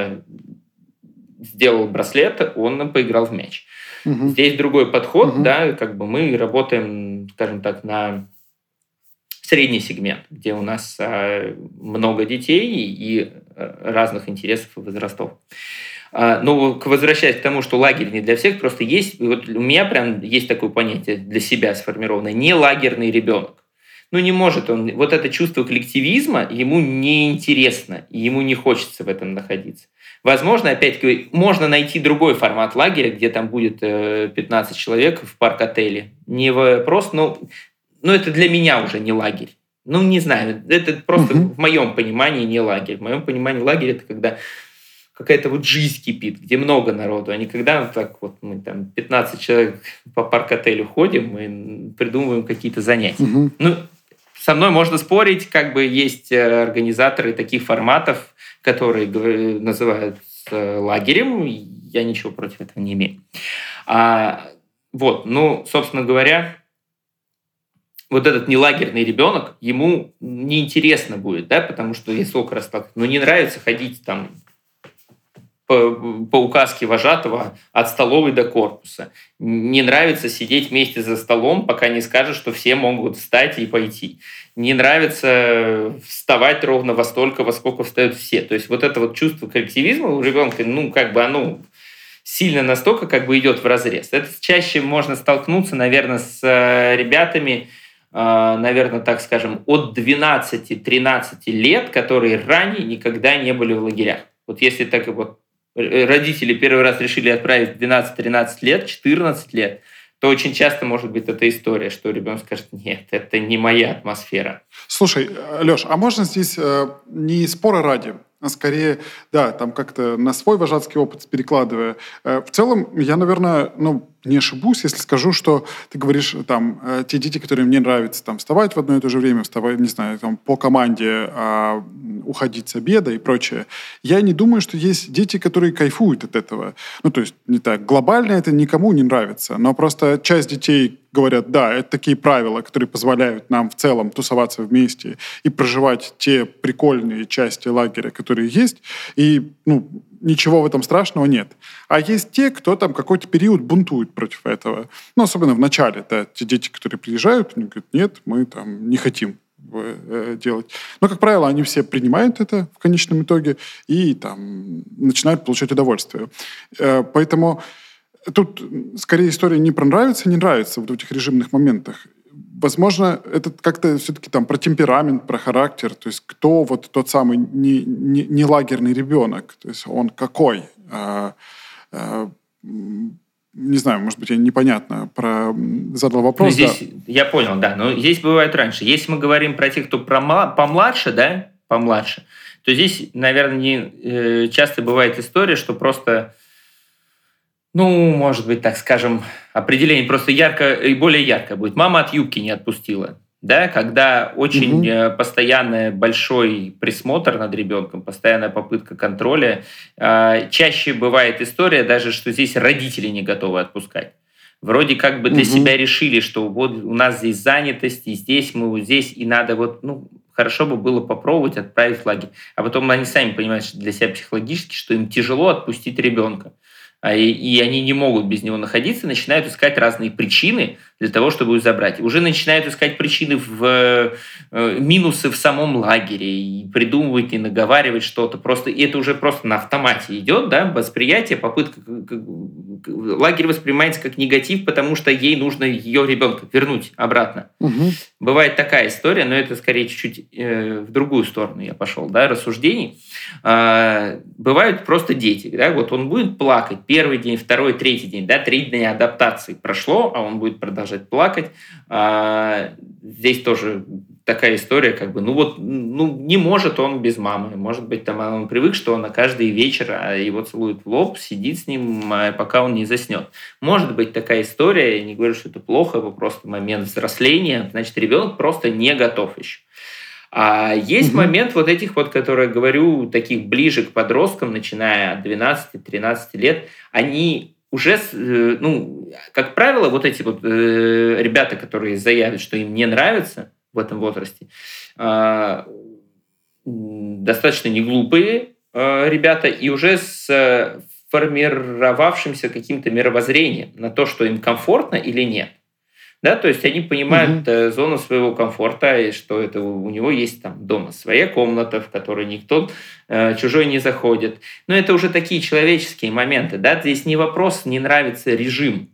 сделал браслет, он поиграл в мяч. Здесь другой подход, да, как бы мы работаем, скажем так, на средний сегмент, где у нас много детей и разных интересов и возрастов. Но возвращаясь к тому, что лагерь не для всех, просто есть, вот у меня прям есть такое понятие для себя сформированное, не лагерный ребенок. Ну, не может он, вот это чувство коллективизма ему неинтересно, и ему не хочется в этом находиться. Возможно, опять-таки, можно найти другой формат лагеря, где там будет 15 человек в парк-отеле. Не вопрос, но это для меня уже не лагерь. Ну, не знаю, это просто в моем понимании не лагерь. В моем понимании лагерь – это когда какая-то вот жизнь кипит, где много народу, а не когда вот так вот мы там 15 человек по парк-отелю ходим и придумываем какие-то занятия. Ну, со мной можно спорить, как бы есть организаторы таких форматов, которые называют лагерем, я ничего против этого не имею. Собственно говоря, вот этот нелагерный ребенок, ему неинтересно будет, да, потому что есть сколько раз так, не нравится ходить там по указке вожатого от столовой до корпуса. Не нравится сидеть вместе за столом, пока не скажут, что все могут встать и пойти. Не нравится вставать ровно во сколько встают все. То есть вот это вот чувство коллективизма у ребенка, оно сильно настолько идет вразрез. Это чаще можно столкнуться, наверное, с ребятами, наверное, так скажем, от 12-13 лет, которые ранее никогда не были в лагерях. Вот если так вот родители первый раз решили отправить в 12-13 лет, 14 лет, то очень часто может быть эта история, что ребенок скажет, нет, это не моя атмосфера. Слушай, Леш, а можно здесь не спора ради, а скорее, да, там как-то на свой вожатский опыт перекладывая. В целом, я, наверное, не ошибусь, если скажу, что ты говоришь, там, те дети, которые мне нравится, там, вставать в одно и то же время, вставать, не знаю, там, по команде уходить с обеда и прочее. Я не думаю, что есть дети, которые кайфуют от этого. Ну, то есть, не так, глобально это никому не нравится, но просто часть детей говорят, да, это такие правила, которые позволяют нам в целом тусоваться вместе и проживать те прикольные части лагеря, которые есть, и, ничего в этом страшного нет. А есть те, кто там какой-то период бунтует против этого. Особенно в начале, да, те дети, которые приезжают, они говорят, нет, мы там не хотим делать. Но, как правило, они все принимают это в конечном итоге и там начинают получать удовольствие. Поэтому тут скорее история не про нравится, не нравится вот в этих режимных моментах. Возможно, это как-то все-таки там про темперамент, про характер, то есть кто вот тот самый не лагерный ребенок, то есть он какой. Не знаю, может быть, я непонятно задал вопрос. Здесь, да. Я понял, да, но здесь бывает раньше. Если мы говорим про тех, кто помладше, да, то здесь, наверное, часто бывает история, что просто... может быть, так скажем, определение просто более яркое будет. Мама от юбки не отпустила. да, когда очень постоянный большой присмотр над ребенком, постоянная попытка контроля. Чаще бывает история даже, что здесь родители не готовы отпускать. Вроде как бы для себя решили, что вот у нас здесь занятость, и здесь мы вот здесь, и надо вот, хорошо бы было попробовать отправить в лагерь. А потом они сами понимают для себя психологически, что им тяжело отпустить ребенка. И они не могут без него находиться, начинают искать разные причины для того, чтобы его забрать. Уже начинают искать причины минусы в самом лагере, и придумывать, и наговаривать что-то. И это уже просто на автомате идет, да, восприятие, попытка. Лагерь воспринимается как негатив, потому что ей нужно ее ребенка вернуть обратно. Бывает такая история, но это скорее чуть-чуть в другую сторону я пошел, да, рассуждений. Бывают просто дети, да, вот он будет плакать первый день, второй, третий день, да, 3 дня адаптации прошло, а он будет продолжать плакать. Здесь тоже такая история, не может он без мамы. Может быть, там он привык, что он каждый вечер его целует в лоб, сидит с ним, пока он не заснет. Может быть такая история, я не говорю, что это плохо, это просто момент взросления, значит, ребенок просто не готов еще. А есть момент вот этих вот, которые, говорю, таких ближе к подросткам, начиная от 12-13 лет, они уже, как правило, вот эти вот ребята, которые заявят, что им не нравится в этом возрасте, достаточно неглупые ребята и уже с формировавшимся каким-то мировоззрением на то, что им комфортно или нет. Да, то есть они понимают зону своего комфорта, и что это у него есть там дома своя комната, в которой никто чужой не заходит. Но это уже такие человеческие моменты. Да? Здесь не вопрос, не нравится режим,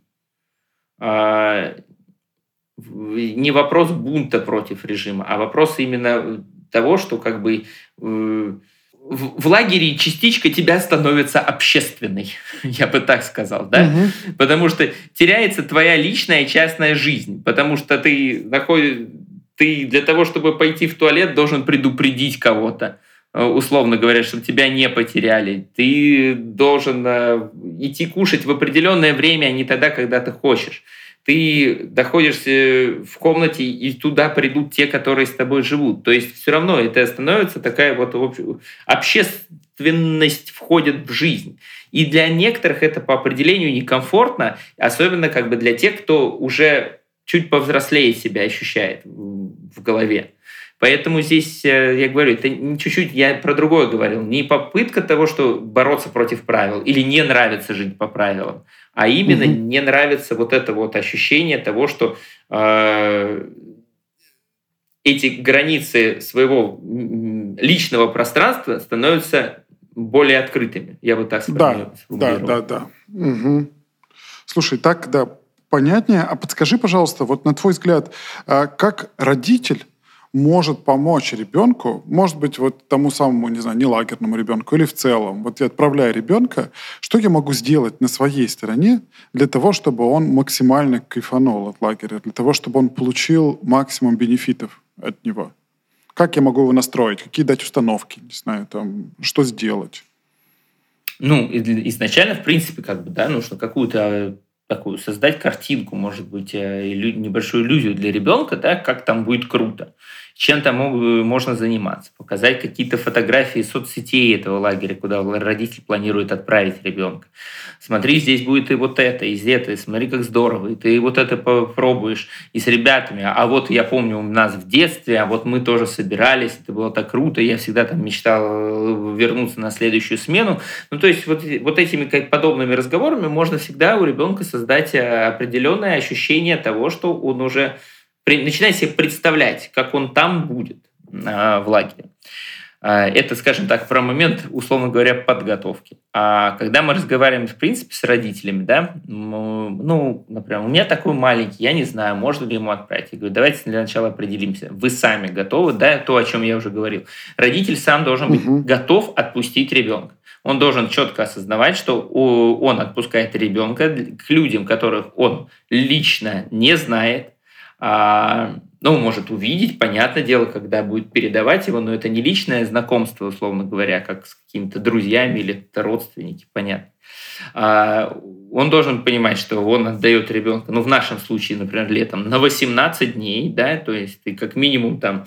не вопрос бунта против режима, а вопрос именно того, что как бы в лагере частичка тебя становится общественной, я бы так сказал, да? Потому что теряется твоя личная частная жизнь, потому что ты для того, чтобы пойти в туалет, должен предупредить кого-то, условно говоря, чтобы тебя не потеряли. Ты должен идти кушать в определенное время, а не тогда, когда ты хочешь. Ты находишься в комнате, и туда придут те, которые с тобой живут. То есть все равно это становится такая вот общественность входит в жизнь. И для некоторых это по определению некомфортно, особенно как бы для тех, кто уже чуть повзрослее себя ощущает в голове. Поэтому здесь, я говорю, это чуть-чуть, я про другое говорил, не попытка того, что бороться против правил или не нравится жить по правилам, а именно не нравится вот это вот ощущение того, что эти границы своего личного пространства становятся более открытыми. Я бы так сформулировал. Да. Слушай, так, да, понятнее. А подскажи, пожалуйста, вот на твой взгляд, как родитель может помочь ребенку, может быть, вот тому самому, не знаю, нелагерному ребенку или в целом, вот я отправляю ребенка, что я могу сделать на своей стороне для того, чтобы он максимально кайфанул от лагеря, для того, чтобы он получил максимум бенефитов от него? Как я могу его настроить? Какие дать установки? Не знаю, там, что сделать? Изначально, в принципе, нужно какую-то такую создать картинку, может быть, небольшую иллюзию для ребенка, да, как там будет круто, чем там можно заниматься, показать какие-то фотографии соцсетей этого лагеря, куда родитель планирует отправить ребенка. Смотри, здесь будет и вот это, и это, и смотри, как здорово, и ты вот это попробуешь, и с ребятами. А вот я помню, у нас в детстве, а вот мы тоже собирались, это было так круто, я всегда там мечтал вернуться на следующую смену. То есть вот этими подобными разговорами можно всегда у ребенка создать определенное ощущение того, что он уже начинает себе представлять, как он там будет в лагере. Это, скажем так, про момент, условно говоря, подготовки. А когда мы разговариваем, в принципе, с родителями, да, например, у меня такой маленький, я не знаю, можно ли ему отправить. Я говорю, давайте для начала определимся. Вы сами готовы, да, то, о чем я уже говорил. Родитель сам должен быть готов отпустить ребенка. Он должен четко осознавать, что он отпускает ребенка к людям, которых он лично не знает, Ну, может увидеть, понятное дело, когда будет передавать его, но это не личное знакомство, условно говоря, как с какими-то друзьями или родственники, понятно. Он должен понимать, что он отдает ребенка, ну, в нашем случае, например, летом, на 18 дней, да, то есть ты как минимум там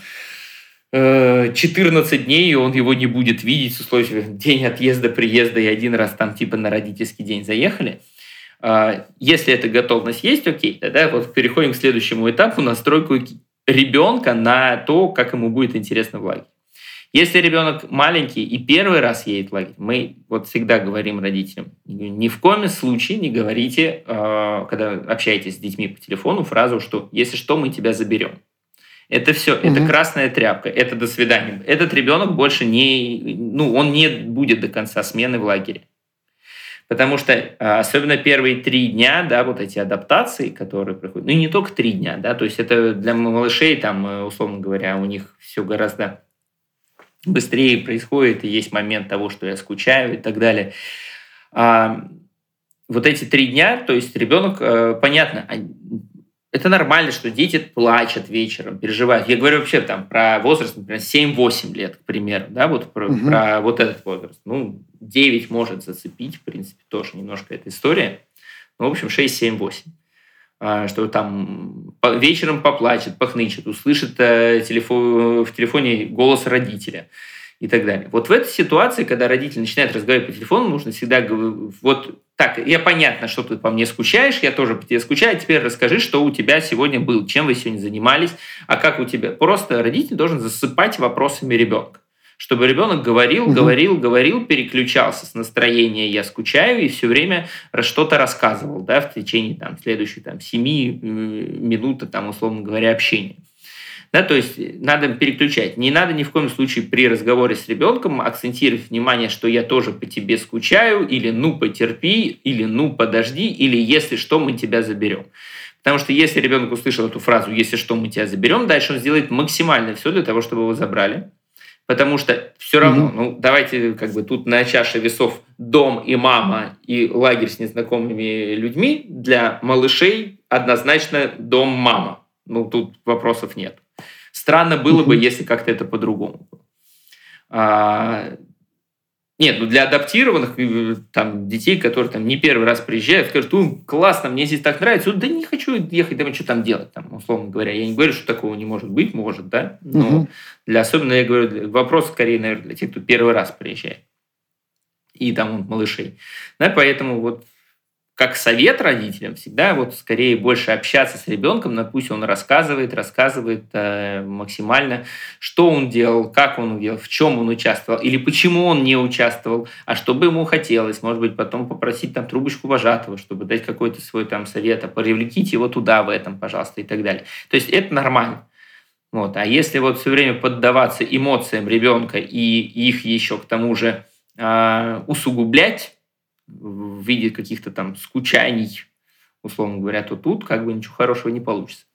14 дней, и он его не будет видеть с условием день отъезда, приезда и один раз там типа на родительский день заехали. Если эта готовность есть, окей, тогда вот переходим к следующему этапу, настройку ребенка на то, как ему будет интересно в лагере. Если ребенок маленький и первый раз едет в лагерь, мы вот всегда говорим родителям, ни в коем случае не говорите, когда общаетесь с детьми по телефону, фразу, что «если что, мы тебя заберем». Это все, это красная тряпка, это до свидания. Этот ребенок больше он не будет до конца смены в лагере. Потому что особенно первые 3 дня, да, вот эти адаптации, которые проходят, ну и не только 3 дня, да, то есть это для малышей, там, условно говоря, у них все гораздо быстрее происходит, и есть момент того, что я скучаю и так далее. Вот эти 3 дня, то есть ребенок, понятно, это нормально, что дети плачут вечером, переживают. Я говорю вообще там про возраст, например, 7-8 лет, к примеру, да, вот про вот этот возраст. Ну, 9 может зацепить, в принципе, тоже немножко эта история. Ну, в общем, 6, 7, 8. Что там вечером поплачет, похнычет, услышит в телефоне голос родителя и так далее. Вот в этой ситуации, когда родитель начинает разговаривать по телефону, нужно всегда говорить, вот так, я понятно, что ты по мне скучаешь, я тоже по тебе скучаю, теперь расскажи, что у тебя сегодня было, чем вы сегодня занимались, а как у тебя. Просто родитель должен засыпать вопросами ребенка, чтобы ребенок говорил, переключался с настроения «я скучаю» и все время что-то рассказывал, да, в течение там, следующих 7 минут, там, условно говоря, общения. Да, то есть надо переключать. Не надо ни в коем случае при разговоре с ребенком акцентировать внимание, что я тоже по тебе скучаю, или ну потерпи, или ну подожди, или если что, мы тебя заберем. Потому что если ребенок услышал эту фразу «если что, мы тебя заберем», дальше он сделает максимально все для того, чтобы его забрали. Потому что все равно, давайте как бы тут на чаше весов дом и мама и лагерь с незнакомыми людьми, для малышей однозначно дом-мама. Ну, тут вопросов нет. Странно было бы, если как-то это по-другому было. Нет, для адаптированных там, детей, которые там, не первый раз приезжают, скажут, классно, мне здесь так нравится, да не хочу ехать домой, что там делать, там, условно говоря. Я не говорю, что такого не может быть, может, да, но особенно, я говорю, вопрос скорее, наверное, для тех, кто первый раз приезжает, и там малышей. Да, поэтому вот как совет родителям всегда вот скорее больше общаться с ребенком, но пусть он рассказывает максимально, что он делал, как он делал, в чем он участвовал или почему он не участвовал, а что бы ему хотелось, может быть, потом попросить там трубочку вожатого, чтобы дать какой-то свой там совет, а привлеките его туда в этом, пожалуйста, и так далее. То есть это нормально. Вот. А если вот все время поддаваться эмоциям ребенка и их еще к тому же усугублять, в виде каких-то там скучаний, условно говоря, то тут как бы ничего хорошего не получится.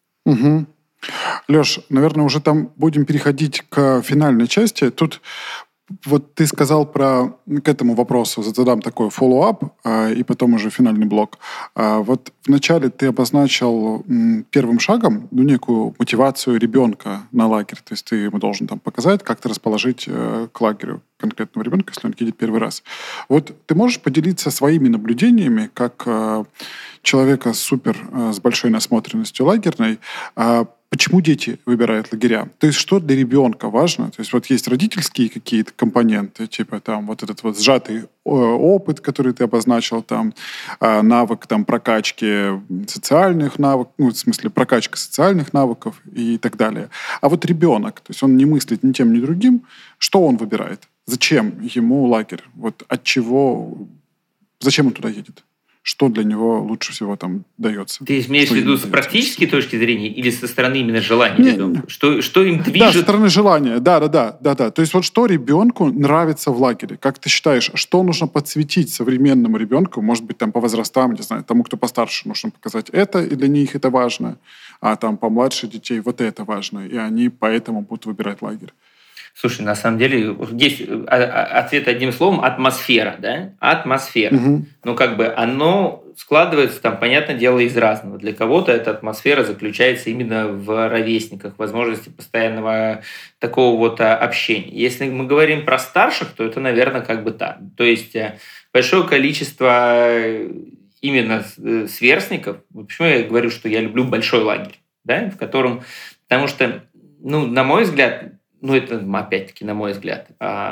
Леш, наверное, уже там будем переходить к финальной части. Тут вот ты сказал к этому вопросу, задам такой follow-up, и потом уже финальный блок. Вот вначале ты обозначил первым шагом некую мотивацию ребенка на лагерь. То есть ты ему должен там показать, как-то расположить к лагерю конкретного ребенка, если он едет первый раз. Вот ты можешь поделиться своими наблюдениями, как человека с большой насмотренностью лагерной, почему дети выбирают лагеря? То есть что для ребенка важно? То есть вот есть родительские какие-то компоненты, типа там вот этот вот сжатый опыт, который ты обозначил, там навык там прокачки социальных навыков, в смысле прокачка социальных навыков и так далее. А вот ребенок, то есть он не мыслит ни тем, ни другим, что он выбирает? Зачем ему лагерь? Вот от чего, зачем он туда едет? Что для него лучше всего там дается? Ты имеешь в виду с практической точки зрения или со стороны именно желания ребенка? Что им движет? Да, со стороны желания. Да. То есть вот что ребенку нравится в лагере? Как ты считаешь, что нужно подсветить современному ребенку? Может быть, там по возрастам, не знаю, тому, кто постарше, нужно показать это, и для них это важно, а там помладше детей вот это важно, и они поэтому будут выбирать лагерь. Слушай, на самом деле, есть ответ одним словом – атмосфера, да? Атмосфера. Мгм. Ну, как бы оно складывается, там, понятное дело, из разного. Для кого-то эта атмосфера заключается именно в ровесниках, возможности постоянного такого вот общения. Если мы говорим про старших, то это, наверное, как бы так. То есть большое количество именно сверстников. Почему я говорю, что я люблю большой лагерь, да? В котором… Потому что, ну, на мой взгляд, ну, это опять-таки на мой взгляд,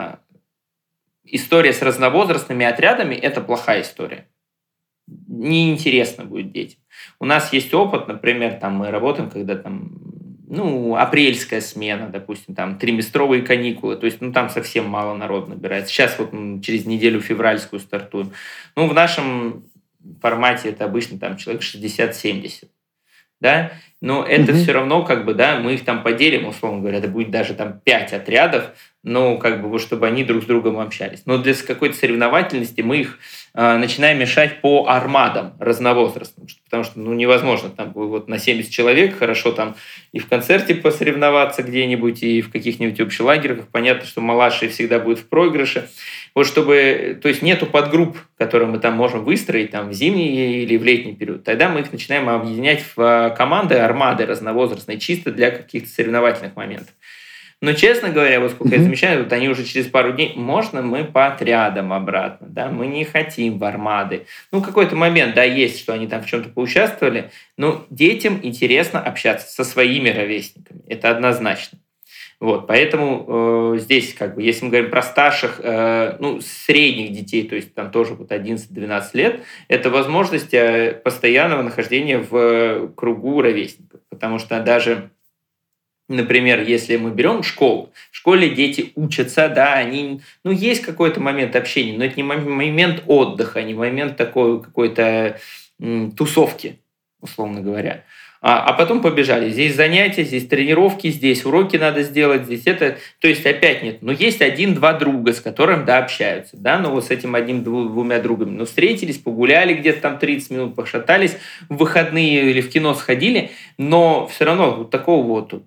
история с разновозрастными отрядами – это плохая история. Неинтересно будет детям. У нас есть опыт, например, там мы работаем, когда там, ну, апрельская смена, допустим, там триместровые каникулы, то есть, ну, там совсем мало народу набирается. Сейчас вот через неделю февральскую стартуем. Ну, в нашем формате это обычно там человек 60-70. Да, но это Мгм. все равно, как бы, да, мы их там поделим, условно говоря, это будет даже там 5 отрядов, но как бы, вот, чтобы они друг с другом общались. Но для какой-то соревновательности мы их начинаем мешать по армадам разновозрастным, потому что, ну, невозможно там вот на 70 человек хорошо там и в концерте посоревноваться где-нибудь, и в каких-нибудь общелагерях. Понятно, что младший всегда будет в проигрыше. Вот чтобы, то есть нету подгрупп, которые мы там можем выстроить там в зимний или в летний период. Тогда мы их начинаем объединять в команды, армады разновозрастные, чисто для каких-то соревновательных моментов. Но, честно говоря, вот сколько я Мгм. замечаю, вот они уже через пару дней, можно мы по отрядам обратно, да, мы не хотим в армады. Ну, какой-то момент, да, есть, что они там в чем-то поучаствовали, но детям интересно общаться со своими ровесниками, это однозначно. Вот, поэтому здесь, как бы, если мы говорим про старших, ну, средних детей, то есть там тоже вот 11-12 лет, это возможность постоянного нахождения в кругу ровесников. Потому что даже, например, если мы берем школу, в школе дети учатся, да, они, ну, есть какой-то момент общения, но это не момент отдыха, не момент такой какой-то тусовки, условно говоря. А потом побежали. Здесь занятия, здесь тренировки, здесь уроки надо сделать, здесь это. То есть опять нет. Но есть один-два друга, с которым, да, общаются. Да, но вот с этим одним-двумя другами. Ну, встретились, погуляли где-то там 30 минут, пошатались, в выходные или в кино сходили, но все равно вот такого вот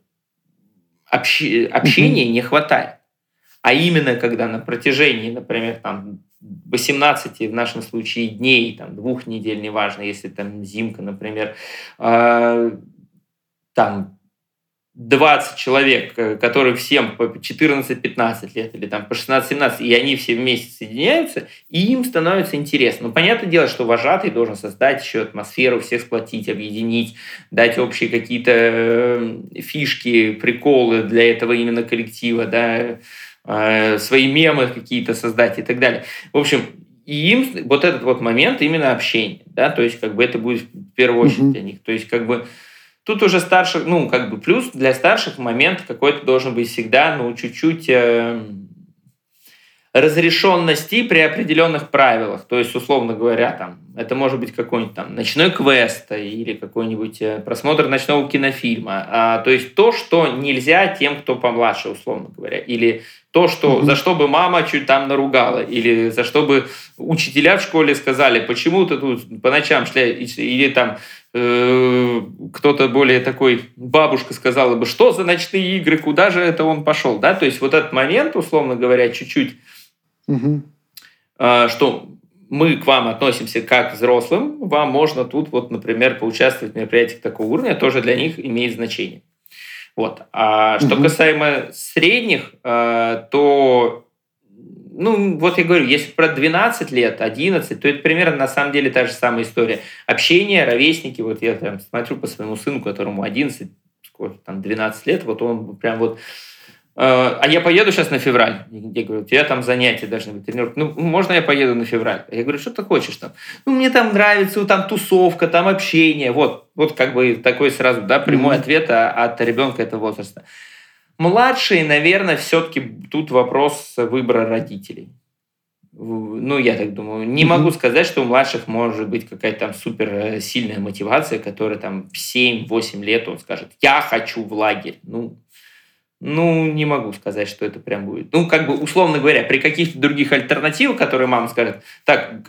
Мгм. общения не хватает. А именно, когда на протяжении, например, там 18 в нашем случае дней, там, 2 недель, неважно, если там зимка, например, а, там 20 человек, которые всем по 14-15 лет или там по 16-17, и они все вместе соединяются, и им становится интересно. Ну, понятное дело, что вожатый должен создать еще атмосферу, всех сплотить, объединить, дать общие какие-то фишки, приколы для этого именно коллектива, да, свои мемы какие-то создать и так далее. В общем, и им вот этот вот момент именно общения, да, то есть как бы это будет в первую очередь Мгм. для них. То есть как бы тут уже старших, ну, как бы плюс для старших момент какой-то должен быть всегда, ну, чуть-чуть разрешенности при определенных правилах. То есть, условно говоря, там, это может быть какой-нибудь там ночной квест или какой-нибудь просмотр ночного кинофильма. То есть то, что нельзя тем, кто помладше, условно говоря. Или то, что, за Мгм. что бы мама чуть там наругала. Или за что бы учителя в школе сказали, почему ты тут по ночам шля... Или там кто-то более такой, бабушка сказала бы, что за ночные игры, куда же это он пошел, да, то есть вот этот момент, условно говоря, чуть-чуть, Мгм. что мы к вам относимся как к взрослым, вам можно тут вот, например, поучаствовать в мероприятиях такого уровня, тоже для них имеет значение. Вот. А что Мгм. касаемо средних, то, ну, вот я говорю, если про 12 лет, 11, то это примерно на самом деле та же самая история. Общение, ровесники, вот я там смотрю по своему сыну, которому 11, сколько там, 12 лет, вот он прям вот а я поеду сейчас на февраль. Я говорю, у тебя там занятия должны быть, тренировки. Ну, можно я поеду на февраль? Я говорю, что ты хочешь там? Ну, мне там нравится, там тусовка, там общение. Вот как бы такой сразу, да, прямой Мгм. ответ от ребенка этого возраста. Младшие, наверное, все-таки тут вопрос выбора родителей. Ну, я так думаю. Не могу Мгм. сказать, что у младших может быть какая-то там супер сильная мотивация, которая там в 7-8 лет он скажет, я хочу в лагерь. Ну, не могу сказать, что это прям будет. Ну, как бы, условно говоря, при каких-то других альтернативах, которые мама скажет, так,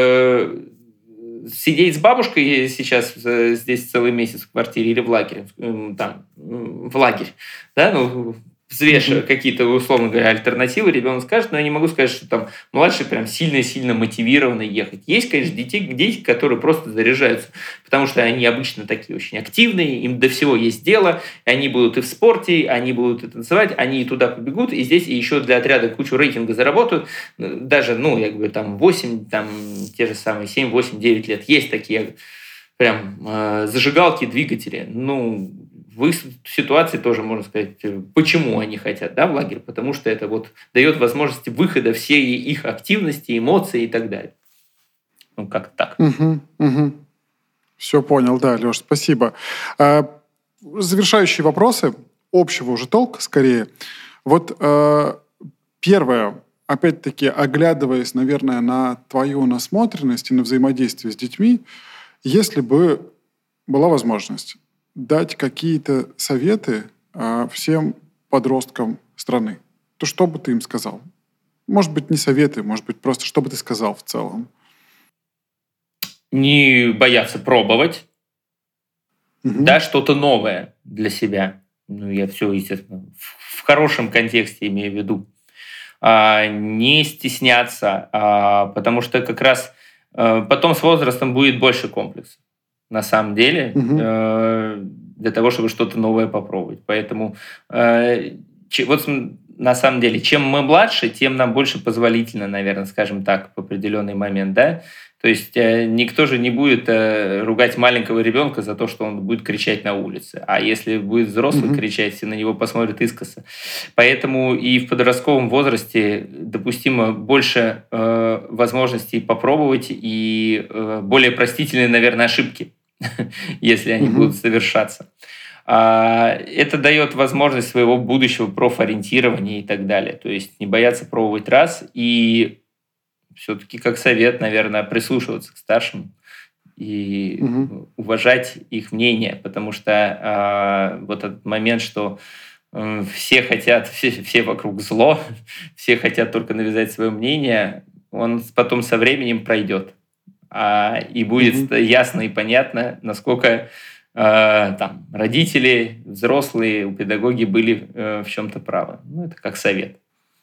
сидеть с бабушкой сейчас здесь целый месяц в квартире или в лагере, там, в лагерь, да, ну, взвешивая какие-то, условно говоря, альтернативы, ребенок скажет, но я не могу сказать, что там младший прям сильно-сильно мотивированы ехать. Есть, конечно, дети, которые просто заряжаются, потому что они обычно такие очень активные, им до всего есть дело, и они будут и в спорте, они будут и танцевать, они и туда побегут, и здесь и еще для отряда кучу рейтинга заработают. Даже, там 8, там те же самые 7, 8, 9 лет. Есть такие прям зажигалки, двигатели. В их ситуации тоже можно сказать, почему они хотят, в лагерь, потому что это дает возможность выхода всей их активности, эмоций и так далее. Как-то так. Все понял, да, Леш, спасибо. Завершающие вопросы, общего уже толка скорее. Первое, опять-таки, оглядываясь, наверное, на твою насмотренность и на взаимодействие с детьми, если бы была возможность дать какие-то советы всем подросткам страны, то что бы ты им сказал? Может быть, не советы, может быть, просто что бы ты сказал в целом? Не бояться пробовать, что-то новое для себя. Я все, естественно, в хорошем контексте имею в виду. Не стесняться, потому что как раз потом с возрастом будет больше комплексов. На самом деле, для того, чтобы что-то новое попробовать. Поэтому на самом деле, чем мы младше, тем нам больше позволительно, наверное, скажем так, в определенный момент, да? То есть никто же не будет ругать маленького ребенка за то, что он будет кричать на улице. А если будет взрослый кричать, все на него посмотрят искоса. Поэтому и в подростковом возрасте допустимо больше возможностей попробовать и более простительные, наверное, ошибки, если они будут совершаться. Это дает возможность своего будущего профориентирования и так далее. То есть не бояться пробовать раз и все-таки как совет, наверное, прислушиваться к старшим и уважать их мнение, потому что этот момент, что все хотят, все вокруг зло, все хотят только навязать свое мнение, он потом со временем пройдет. И будет ясно и понятно, насколько родители, взрослые, педагоги были в чем-то правы. Это как совет.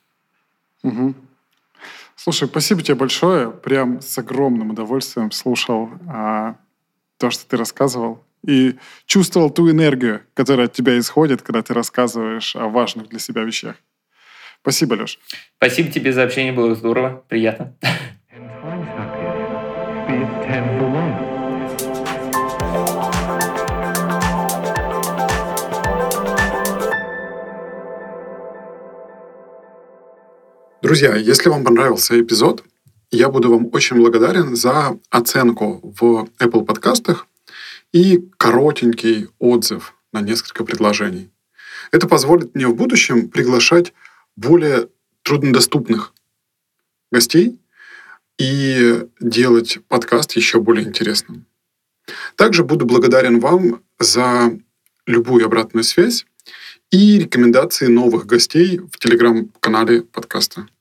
Слушай, спасибо тебе большое. Прям с огромным удовольствием слушал то, что ты рассказывал. И чувствовал ту энергию, которая от тебя исходит, когда ты рассказываешь о важных для себя вещах. Спасибо, Леш. Спасибо тебе за общение, было здорово, приятно. Друзья, если вам понравился эпизод, я буду вам очень благодарен за оценку в Apple подкастах и коротенький отзыв на несколько предложений. Это позволит мне в будущем приглашать более труднодоступных гостей и делать подкаст еще более интересным. Также буду благодарен вам за любую обратную связь и рекомендации новых гостей в телеграм-канале подкаста.